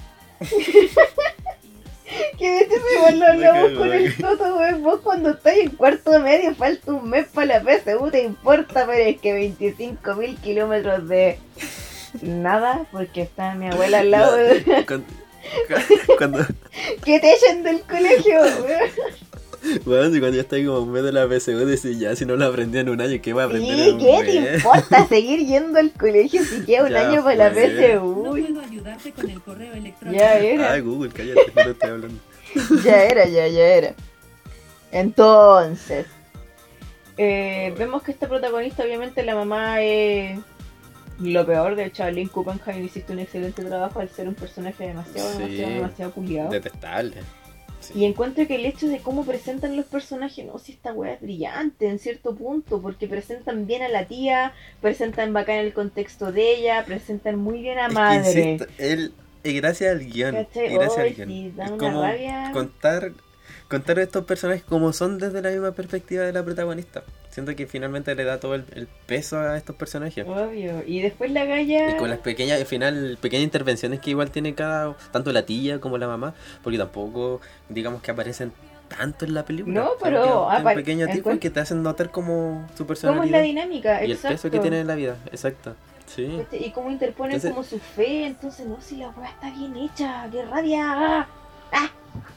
Que de hecho igual lo hablamos con el Toto, weón. Vos cuando estás en cuarto medio falta un mes para la P S U, te importa, pero es que veinticinco mil kilómetros de nada, porque está mi abuela al lado. La- cuando, cuando, Que te echen del colegio, weón. bueno, si cuando ya estoy como un mes de la P S U, decís ya, si no lo aprendí en un año, ¿qué voy a aprender Sí, en un ¿qué mes? te importa seguir yendo al colegio si queda un Ya año para la fue. P S No U? puedo ayudarte con el correo electrónico. Ya era, Ay, Google, cállate, no te estoy hablando. ya era, ya, ya era. Entonces, eh, vemos que esta protagonista, obviamente la mamá es lo peor. De hecho, Lynn Kuppenheim hiciste un excelente trabajo al ser un personaje demasiado, Sí. demasiado, demasiado puliado. Detestable. Sí. Y encuentro que el hecho de cómo presentan los personajes, no, si esta weá es brillante en cierto punto, porque presentan bien a la tía, presentan bacán el contexto de ella, presentan muy bien a Es que madre. insisto, él, y gracias al guión, ¿Cachai? y gracias Ay, al guión. sí, da Es una como rabia. contar, contar estos personajes como son desde la misma perspectiva de la protagonista. Siento que finalmente le da todo el, el peso a estos personajes. Obvio. Y después la galla... Y con las pequeñas, al final, pequeñas intervenciones que igual tiene cada, tanto la tía como la mamá, porque tampoco, digamos que aparecen tanto en la película. No, Solo pero que tienen apare- pequeños tipos encuent- que te hacen notar como su ¿Cómo es personalidad la dinámica? y el Exacto. peso que tiene en la vida. Exacto. Sí. ¿Cachai? Y cómo interponen Entonces- como su fe. Entonces, no, si la weá está bien hecha. ¡Qué rabia! ¡Ah! ¡Ah!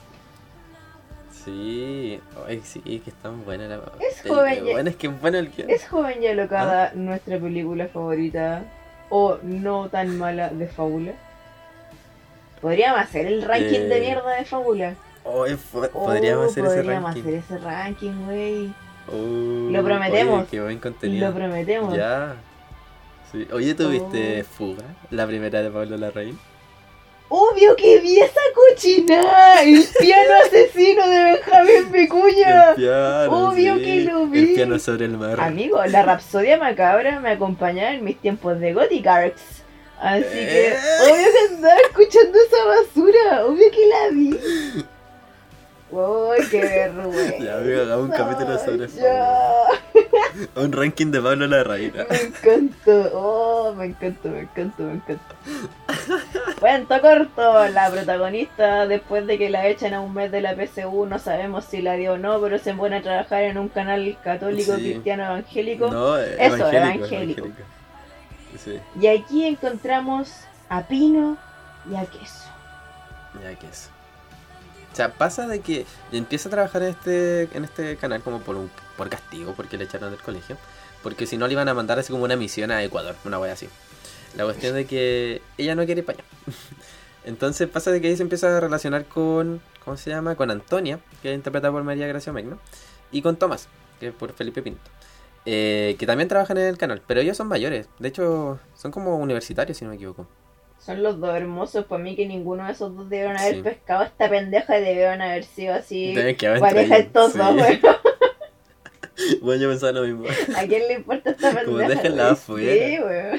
Sí, ay, sí, que está muy buena la Es el- joven ya- Bueno, es que es bueno el guión. ¿Es Joven y Alocada ¿Ah? nuestra película favorita o no tan mala de Fábula? Podríamos hacer el ranking Eh, de mierda de Fábula. Oh, es fu- Oh, podríamos hacer ese podríamos ranking. hacer ese ranking, güey. Oh, Lo prometemos. Oye, qué buen contenido. Lo prometemos. Ya. Sí. Oye, ¿tuviste Oh. Fuga? La primera de Pablo Larraín. Obvio que vi esa cochina. El piano asesino de Benjamín Vicuña. El piano, Obvio sí. que lo vi. El piano sobre el mar. Amigo, la Rapsodia Macabra me acompañaba en mis tiempos de Gothic Arts. Así que, Eh. obvio que andaba escuchando esa basura. Obvio que la vi. Uy, qué vergüenza. Ya, amigo, hagamos un capítulo sobre Ya. Un ranking de Pablo Larraín. Me encantó. Oh, me encantó, me encantó, me encantó. Cuento corto, la protagonista, después de que la echan a un mes de la P S U, no sabemos si la dio o no, pero se pone a trabajar en un canal católico, Sí. cristiano, evangélico. No, Eso, evangélico, evangélico. Sí, Y aquí encontramos a Pino y a Queso. ya que eso. O sea, pasa de que empieza a trabajar en este en este canal como por un por castigo, porque le echaron del colegio. Porque si no le iban a mandar así como una misión a Ecuador, una wea así. La cuestión de que ella no quiere ir para allá. Entonces pasa de que ahí se empieza a relacionar con, ¿cómo se llama? Con Antonia, que es interpretada por María Gracia Magno, y con Tomás, que es por Felipe Pinto. Eh, que también trabajan en el canal, pero ellos son mayores. De hecho, son como universitarios, si no me equivoco. Son los dos hermosos, para mí que ninguno de esos dos debieron haber Sí. pescado a esta pendeja y debieron haber sido así Deben quedar entre pareja ellos, estos sí. dos, weón. Bueno, yo pensaba lo mismo. ¿A quién le importa esta pendeja? Como déjenla güey? afuera. Sí, weón.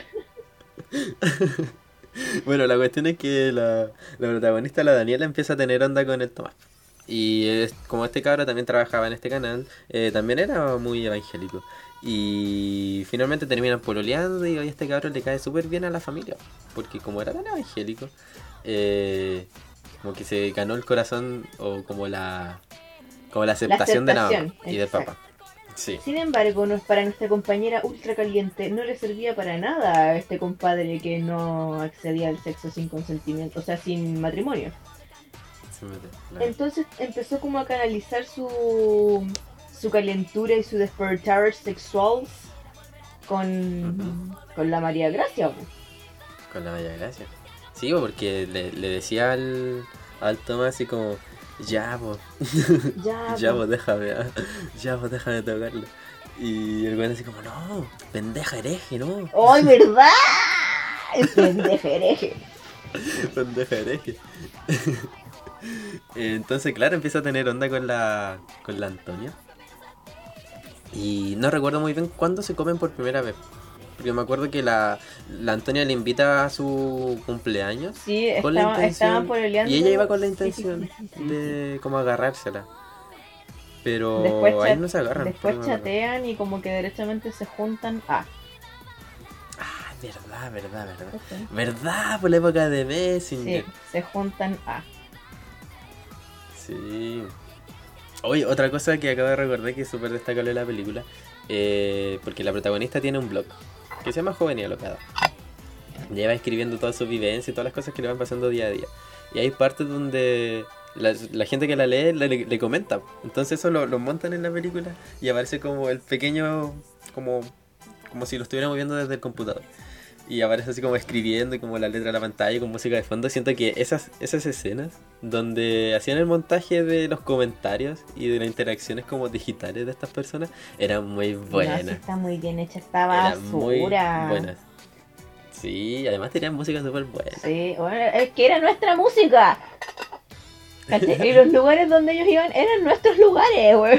Bueno, la cuestión es que la, la protagonista, la Daniela, empieza a tener onda con el Tomás. Y es, como este cabro también trabajaba en este canal, eh, también era muy evangélico. Y finalmente terminan pololeando y hoy este cabro le cae súper bien a la familia. Porque como era tan evangélico, eh, como que se ganó el corazón o como la, como la aceptación, de la mamá aceptación, y del exacto. papá. Sí. Sin embargo, no- para nuestra compañera ultra caliente no le servía para nada a este compadre que no accedía al sexo sin consentimiento, o sea, sin matrimonio. se mete, claro. Entonces empezó como a canalizar su, su calentura y su despertar sexual con, Ujú. con la María Gracia. Po. Con la María Gracia. Sí, po, porque le, le decía al, al Tomás así como, ya, pues, Ya, ya, po. pues, déjame, ah, ya, pues, déjame tocarlo. Y el güey así como, no, pendeja hereje, no, ¡Ay, verdad! El pendejo hereje. pendeja hereje. Entonces, claro, empieza a tener onda con la, con la Antonia. Y no recuerdo muy bien cuándo se comen por primera vez. Porque me acuerdo que la, la Antonia le invita a su cumpleaños. Sí, Con la estaban, intención- estaban pololeando. Y ella iba con la Sí, sí, intención sí, sí, sí, de como agarrársela. Pero Después, ahí chat- no se agarran. después porque no me acuerdo. chatean y como que derechamente se juntan. Ah, Ah, verdad, verdad, verdad. ¿cachai? Verdad, por la época de Sí, Messenger. se juntan. Ah. Sí. Oye, otra cosa que acabo de recordar que es súper destacable de la película. eh, porque la protagonista tiene un blog que se llama Joven y Alocada. Lleva escribiendo toda su vivencia y todas las cosas que le van pasando día a día. Y hay partes donde la, la gente que la lee le, le- le comenta. Entonces eso lo, lo montan en la película y aparece como el pequeño, como, como si lo estuviéramos viendo desde el computador. Y aparece así como escribiendo y como la letra de la pantalla y con música de fondo. Siento que esas, esas escenas donde hacían el montaje de los comentarios y de las interacciones como digitales de estas personas eran muy No, sí buenas. está muy bien hecha esta Eran muy basura. buenas. Sí, además tenían música súper buena. Sí, bueno, es que era nuestra música. ¿Cachai? Y los lugares donde ellos iban eran nuestros lugares, güey.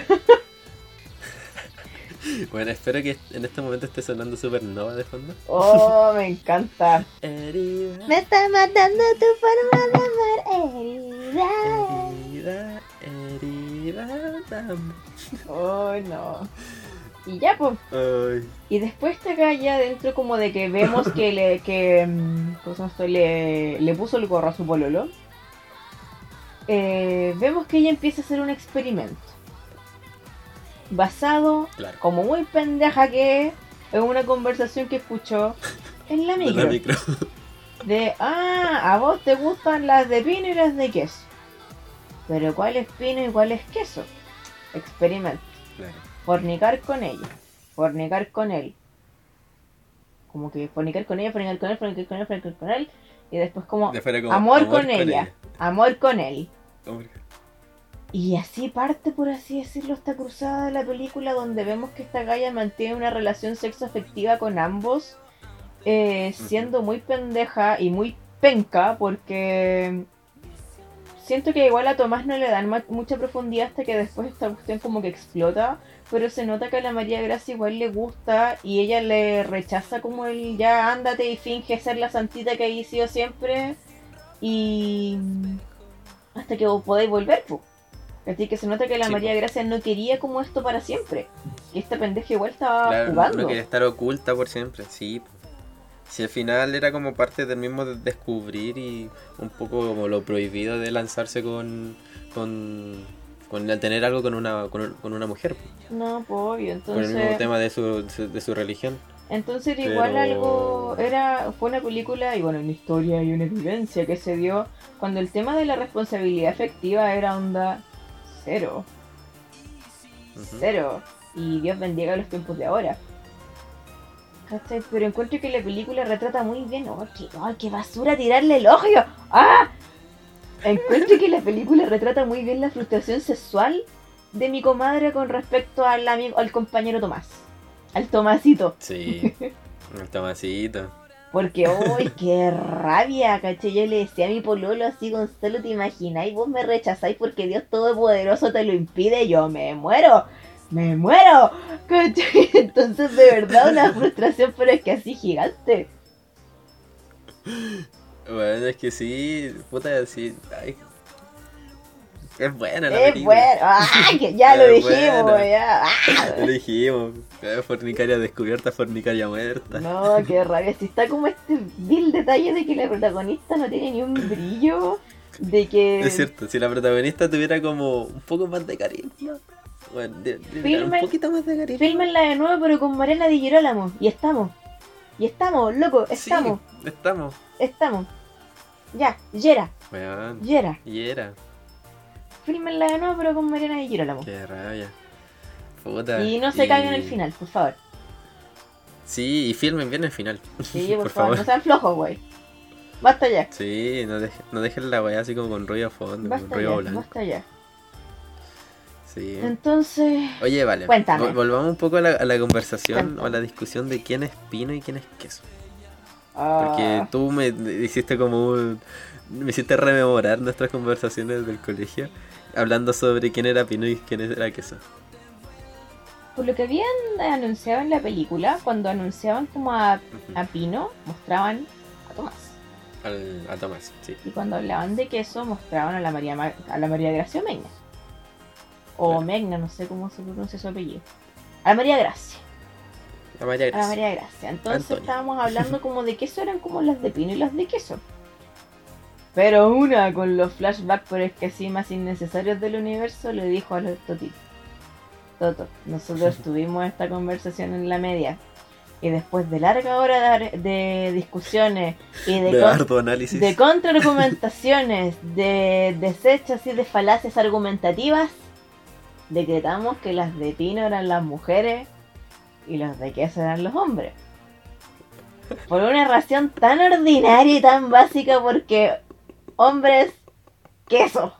Bueno, espero que en este momento esté sonando Supernova de fondo. Oh, me encanta. Herida, Me está matando tu forma de amar, herida. herida, herida de amor. Oh, no. Y ya, pues. Ay, Y después está acá ya dentro como de que vemos que le que mm, ¿cómo se llama esto? le, le puso el gorro a su pololo. Eh, vemos que ella empieza a hacer un experimento. Basado, claro. como muy pendeja que es, en una conversación que escuchó en la De micro. la micro. De, ah, a vos te gustan las de pino y las de queso. Pero ¿cuál es pino y cuál es queso? Experimento. Claro. Fornicar con ella. Fornicar con él. Como que fornicar con ella, fornicar con él, fornicar con él, fornicar con él. Y después como, De fuera como amor, con, ella, amor con él. Amor. Y así parte, por así decirlo, esta cruzada de la película donde vemos que esta galla mantiene una relación sexoafectiva con ambos, eh, siendo muy pendeja y muy penca, porque siento que igual a Tomás no le dan ma- mucha profundidad hasta que después esta cuestión como que explota, pero se nota que a la María Gracia igual le gusta y ella le rechaza como el ya ándate y finge ser la santita que ha sido siempre y hasta que vos podáis volver, pues. Así que se nota que la Sí, María po. Gracia no quería como esto para siempre. Y esta pendeja igual estaba Claro, jugando. no quería estar oculta por siempre, sí. po. Si al final era como parte del mismo de- descubrir y un poco como lo prohibido de lanzarse con con, con el tener algo con una con, un- con una mujer, po. No, pues obvio. Con el mismo Entonces, tema de su, su- de su religión. entonces era igual Pero- algo, era, fue una película y bueno, una historia y una vivencia que se dio cuando el tema de la responsabilidad afectiva era onda cero, Ujú. cero. Y Dios bendiga los tiempos de ahora. ¿Cachai? Pero encuentro que la película retrata muy bien. ¡Oh, qué, oh, qué basura tirarle el ojo! ¡Ah! Encuentro que la película retrata muy bien la frustración sexual de mi comadre con respecto al amigo, al compañero Tomás. Al Tomasito. Sí, el Tomasito. Porque, ¡uy, qué rabia! ¿Cachai? Yo le decía a mi pololo así, Gonzalo, ¿te imagináis? Vos me rechazáis porque Dios Todopoderoso te lo impide. Yo me muero. ¡Me muero! ¿Cachai? Entonces, de verdad, una frustración, pero es que así gigante. Bueno, es que sí, puta, sí. Ay, es buena la Es película. bueno. ¡Ah! Que ya lo Es dijimos, buena. ya. ¡Ah! Lo dijimos. eh, Fornicaria descubierta, fornicaria muerta. No, qué rabia. Si está como este vil detalle de que la protagonista no tiene ni un brillo. De que. Es cierto, si la protagonista tuviera como un poco más de carisma. Bueno, de- de- Filmen- un poquito más de carisma. Fílmenla de nuevo, pero con Mariana Di Girolamo. Y estamos. Y estamos, loco. Estamos. Sí, estamos. Estamos. Ya, Yera. Weón, Yera. y era. fílmenla de nuevo, pero con Mariana Di Girolamo. Qué rabia. Puta. Y no se caguen en el final, por favor. Sí, y filmen bien el final. Sí, por, por favor, favor, no sean flojos, güey. Basta ya. Sí, no, deje, no dejen la weá así como con ruido a fondo, basta con ruido ya, blanco. Basta ya. Sí. Entonces... Oye, vale. Cuéntame. Volvamos un poco a la, a la conversación Cuéntame. o a la discusión de quién es pino y quién es queso. Ah. Porque tú me hiciste como un... Me hiciste rememorar nuestras conversaciones del colegio hablando sobre quién era pino y quién era queso. Por lo que habían anunciado en la película, cuando anunciaban como a, Uh-huh. a Pino, mostraban a Tomás. Al, a Tomás, sí. Y cuando hablaban de queso, mostraban a la María Ma- a la María Gracia Megna. O Claro. Megna, no sé cómo se pronuncia su apellido. A la María Gracia. La María A la Gracia. María Gracia. Entonces Antonio. estábamos hablando como de queso eran como las de Pino y las de queso. Pero una con los flashbacks por escasí más innecesarios del universo le dijo a los Totito. Toto, nosotros tuvimos esta conversación en la media y después de larga hora de, de discusiones y de, De con- harto análisis. de contraargumentaciones, de desechos y de falacias argumentativas, decretamos que las de Pino eran las mujeres y los de queso eran los hombres. Por una razón tan ordinaria y tan básica, porque hombres, queso.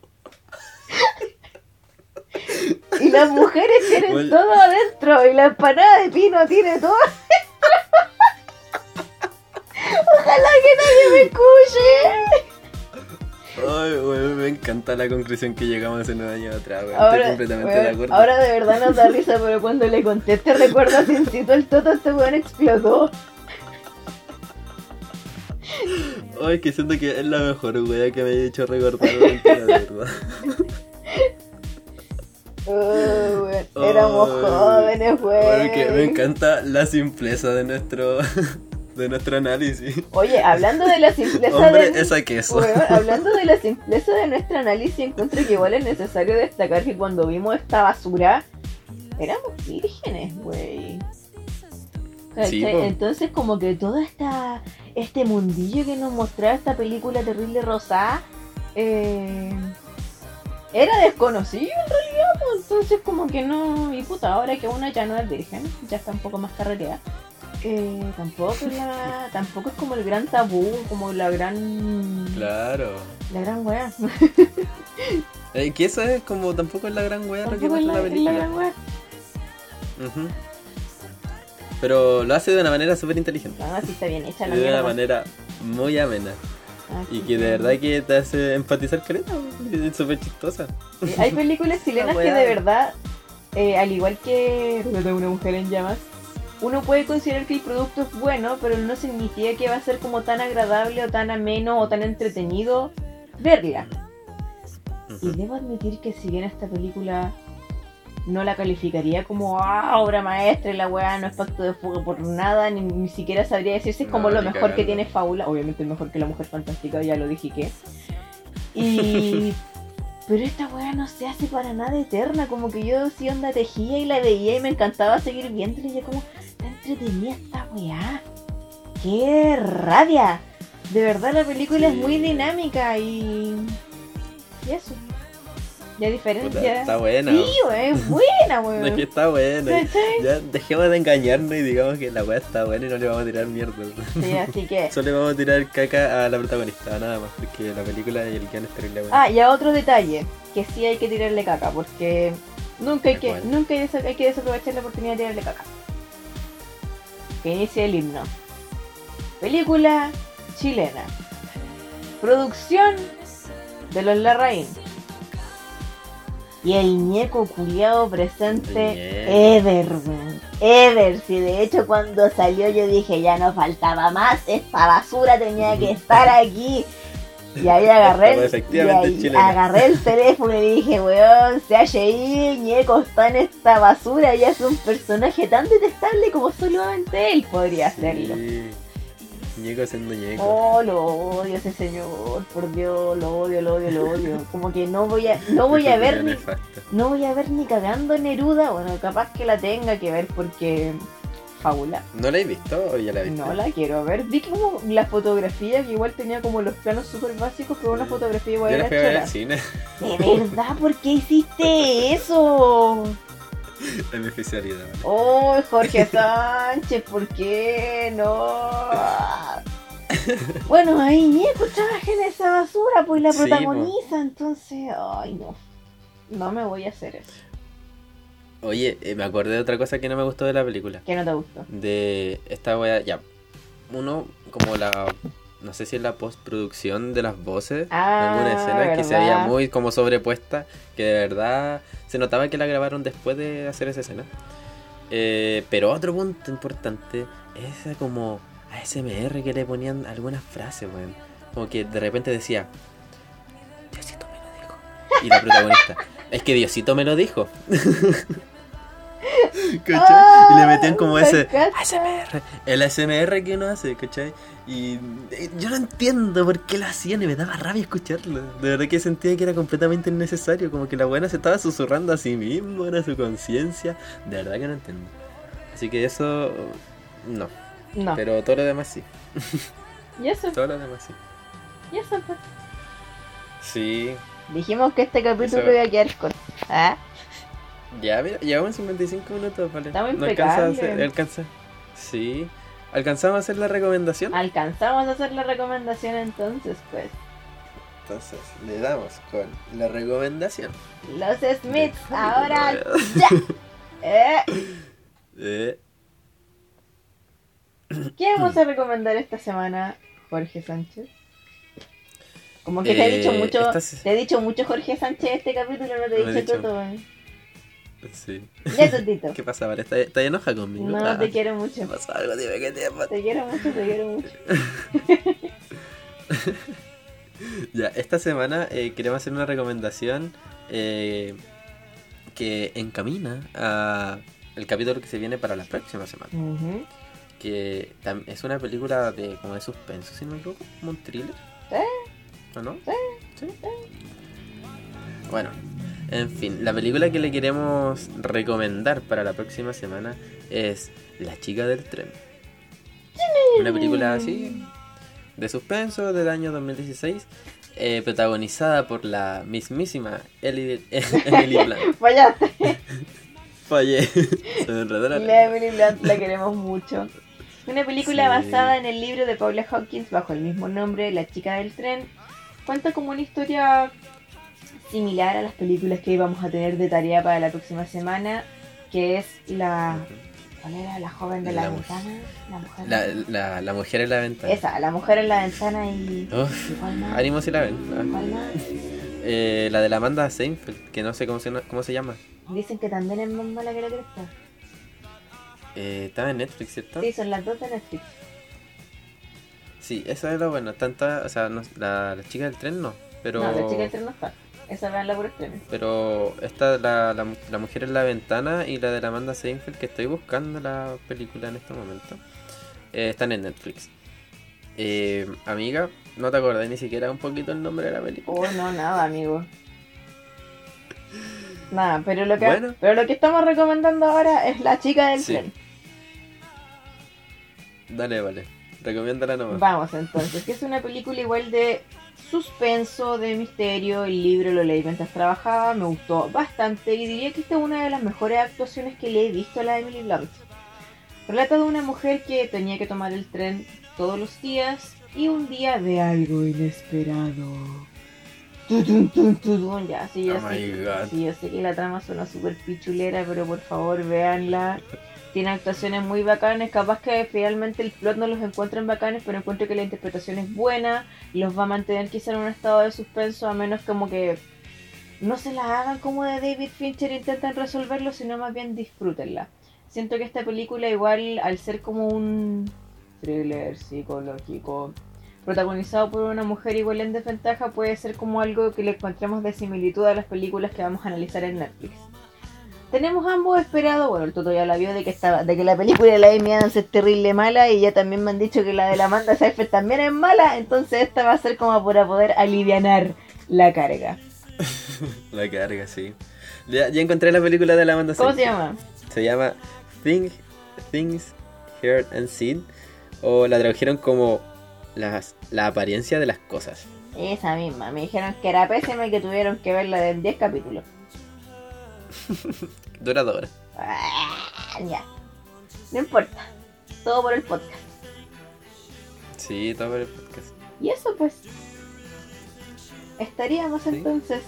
Y las mujeres tienen Bueno. todo adentro y la empanada de Pino tiene todo adentro. Ojalá que nadie me escuche. Ay, weón, me encanta la conclusión que llegamos hace unos años atrás, weón. Ahora, Estoy completamente weón, de acuerdo. ahora de verdad nos da risa, pero cuando le conté este recuerdo a Cincito el Toto, este weón explotó. Ay, que siento que es la mejor wea que me he hecho recordar, weón, de verdad. Oh, weón, éramos Ay, jóvenes, weón. Bueno, que me encanta la simpleza de nuestro de nuestro análisis. Oye, hablando de la simpleza Hombre, de... esa queso. Weón, hablando de la simpleza de nuestro análisis, encuentro que igual es necesario destacar que cuando vimos esta basura, éramos vírgenes, güey. ¿Cachai? Sí, po. Entonces como que todo esta, este mundillo que nos mostraba esta película terrible rosada, eh, era desconocido en realidad, pues. Entonces como que no... Y puta, ahora que una ya no es virgen, ya está un poco más carreteada. Eh, tampoco es la, tampoco es como el gran tabú, como la gran Claro. la gran wea. Eh, que eso es como tampoco es la gran wea lo que Tampoco pasa es en la, la es la película. gran wea. Ujú. Pero lo hace de una manera súper inteligente. No, sí está bien hecha la De una mierda. manera muy amena. Ah, Y sí, que de sí. verdad que te hace empatizar careta, porque es súper chistosa. Sí, hay películas chilenas que wea. de verdad, eh, al igual que Retrato de una mujer en llamas, uno puede considerar que el producto es bueno, pero no significa que va a ser como tan agradable o tan ameno o tan entretenido verla. Y Ujú. debo admitir que si bien esta película no la calificaría como ah, obra maestra y la weá no es pacto de fuego por nada, ni, ni siquiera sabría decir si es como No, lo ni mejor que cagando. tiene Fábula, obviamente es mejor que La Mujer Fantástica, ya lo dije que. Y... Pero esta weá no se hace para nada eterna, como que yo sí onda tejía y la veía y me encantaba seguir viéndola y yo como, está entretenida esta weá. ¡Qué rabia! De verdad la película Sí. es muy dinámica y... Y eso. Y a Puta, diferencia... está buena. Sí, weón, es buena, weón. Es que está buena. ¿Cachai? Ya dejemos de engañarnos y digamos que la weá está buena y no le vamos a tirar mierda. Sí, así que... Solo le vamos a tirar caca a la protagonista, nada más, porque la película y el guion es terrible bueno. Ah, y a otro detalle, que sí hay que tirarle caca, porque nunca hay que, ¿Cuál? nunca hay, desa- hay que desaprovechar la oportunidad de tirarle caca. Que inicie el himno. Película chilena. Producción de los Larraín. Y el ñeco culiado presente, El ñeco. Ever, weón. Ever, si de hecho cuando salió yo dije ya no faltaba más, esta basura tenía que estar aquí. Y ahí agarré, Estaba el, efectivamente y ahí chilena. agarré el teléfono y dije, weón, C H I, ñeco está en esta basura y es un personaje tan detestable como solamente él podría hacerlo. Sí. Ñeco siendo ñeco. Oh, lo odio ese señor, por Dios, lo odio, lo odio, lo odio. Como que no voy a, no voy a ver ni, Nefasto. no voy a ver ni cagando Neruda, bueno, capaz que la tenga que ver porque Fábula. ¿No la he visto o ya la he visto? No la quiero ver. Vi como la fotografía que igual tenía como los planos súper básicos, pero una fotografía igual Yo la era fui a ver chora. al cine. ¿De verdad? ¿Por qué hiciste eso? Es mi especialidad. Oh, Jorge Sánchez, ¿por qué? No. Bueno, ahí Nico trabaja en esa basura, pues la Sí, protagoniza, entonces, ay no. No me voy a hacer eso. Oye, eh, me acordé de otra cosa que no me gustó de la película. ¿Qué no te gustó? De esta wea, ya. Uno, como la. No sé si es la postproducción de las voces. Ah, en alguna escena que se ¿verdad? veía muy como sobrepuesta. Que de verdad se notaba que la grabaron después de hacer esa escena. Eh, pero otro punto importante es esa como A S M R que le ponían algunas frases, weón. Como que de repente decía: Diosito me lo dijo. Y la protagonista: es que Diosito me lo dijo. ¿Cachai? Y le metían como Me ese encanta. A S M R, el A S M R que uno hace, ¿cachai? Y eh, yo no entiendo por qué lo hacían y me daba rabia escucharlo. De verdad que sentía que era completamente innecesario, como que la buena se estaba susurrando a sí mismo, era su conciencia. De verdad que no entiendo. Así que eso, no. No. Pero todo lo demás sí. ¿Y eso? Todo lo demás sí. ¿Y eso? Pues? Sí. Dijimos que este capítulo Eso. iba a quedar corto. ¿Ah? Ya, mira, llevamos cincuenta y cinco minutos, vale. Estamos No alcanza a impecables. hacer, alcanza. Sí. ¿Alcanzamos a hacer la recomendación? Alcanzamos a hacer la recomendación entonces, pues. Entonces, le damos con la recomendación. Los Smiths, Del ahora capítulo. ya. ¿Eh? Eh, ¿Qué vamos a recomendar esta semana, Jorge Sánchez? Como que te he Eh, dicho mucho, esta se- te he dicho mucho Jorge Sánchez este capítulo, no te he Me he dicho dicho. todo. ¿Eh? sí. Ya, Totito. ¿Qué pasa, vale? ¿Estás está enoja conmigo? No, Ah, te quiero mucho. ¿qué pasa? Algo, dime qué te pasa. Te quiero mucho, te quiero mucho. Ya, esta semana eh, queremos hacer una recomendación eh, que encamina a el capítulo que se viene para la próxima semana. Ujú. Que tam- es una película de como de suspenso, si no me equivoco, como un thriller. Sí. ¿O no? Sí. ¿Sí? Bueno, en fin, la película que le queremos recomendar para la próxima semana es La chica del tren. Una película así de suspenso del año dos mil dieciséis, eh, protagonizada por la mismísima Eli- Emily Blunt. Fallaste. Fallé. Se me enredó la La Emily Blunt la queremos mucho. Una película Sí. basada en el libro de Paula Hawkins bajo el mismo nombre, La chica del tren. Cuenta como una historia similar a las películas que íbamos a tener de tarea para la próxima semana, que es la... ¿Cuál era? La joven de la, La mu- ventana. La mujer. La, la, la mujer en la ventana. Esa, la mujer en la ventana y... Uf, ¿y cuál más? ánimo si la ven. ¿Cuál Ah. más? Eh, la de la Amanda Seinfeld, que no sé cómo se, cómo se llama. Dicen que también es más mala que la cresta. Eh, estaba en Netflix, ¿cierto? Sí, son las dos de Netflix. Sí, eso es lo bueno. Tanta, o sea, no- la, la chica del tren no, pero No, la chica del tren no está. Esa veanla por estreno. pero esta la, la, la mujer en la ventana y la de la Amanda Seinfeld, que estoy buscando la película en este momento, eh, están en Netflix. Eh, amiga, no te acordás ni siquiera un poquito el nombre de la película. Oh, no, nada, amigo. Nada, pero lo que Bueno. pero lo que estamos recomendando ahora es La chica del Sí. tren. Dale, vale, recomiéndala nomás. Vamos entonces, que es una película igual de suspenso, de misterio. El libro lo leí mientras trabajaba, me gustó bastante y diría que esta es una de las mejores actuaciones que le he visto a la Emily Blunt. Relata de una mujer que tenía que tomar el tren todos los días y un día de algo inesperado. Tu, tu, tu, tu, tu. Ya, sí, yo Oh sé, my God. sí, yo sé que la trama suena súper pichulera, pero por favor véanla. Tiene actuaciones muy bacanas, capaz que finalmente el plot no los encuentren bacanes, pero encuentro que la interpretación es buena, los va a mantener quizá en un estado de suspenso, a menos como que no se la hagan como de David Fincher e intenten resolverlo, sino más bien disfrútenla. Siento que esta película igual, al ser como un thriller psicológico protagonizado por una mujer igual en desventaja, puede ser como algo que le encontremos de similitud a las películas que vamos a analizar en Netflix. Tenemos ambos esperado, bueno, el Toto ya la vio, de que estaba, de que la película de la Amy Adams es terrible mala, y ya también me han dicho que la de la Amanda Seyfried también es mala, entonces esta va a ser como para poder alivianar la carga. La carga, sí. Ya, ya encontré la película de la Amanda ¿Cómo se Seyfried. llama? Se llama Thing, Things Heart and Seed, o la tradujeron como las, la apariencia de las cosas. Esa misma, me dijeron que era pésima y que tuvieron que verla en diez capítulos. Dura dos horas. Ah, ya. No importa. Todo por el podcast. Sí, todo por el podcast. Y eso pues. Estaríamos Sí. entonces.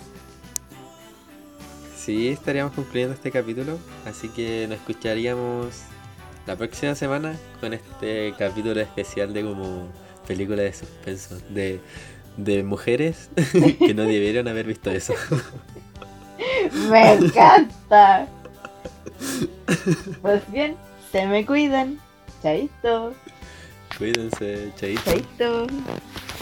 Sí, estaríamos concluyendo este capítulo, así que nos escucharíamos la próxima semana con este capítulo especial de como película de suspenso, de, de mujeres que no debieron haber visto eso. Me encanta. Pues bien, se me cuidan. Chaito. Cuídense, chaito. Chaito.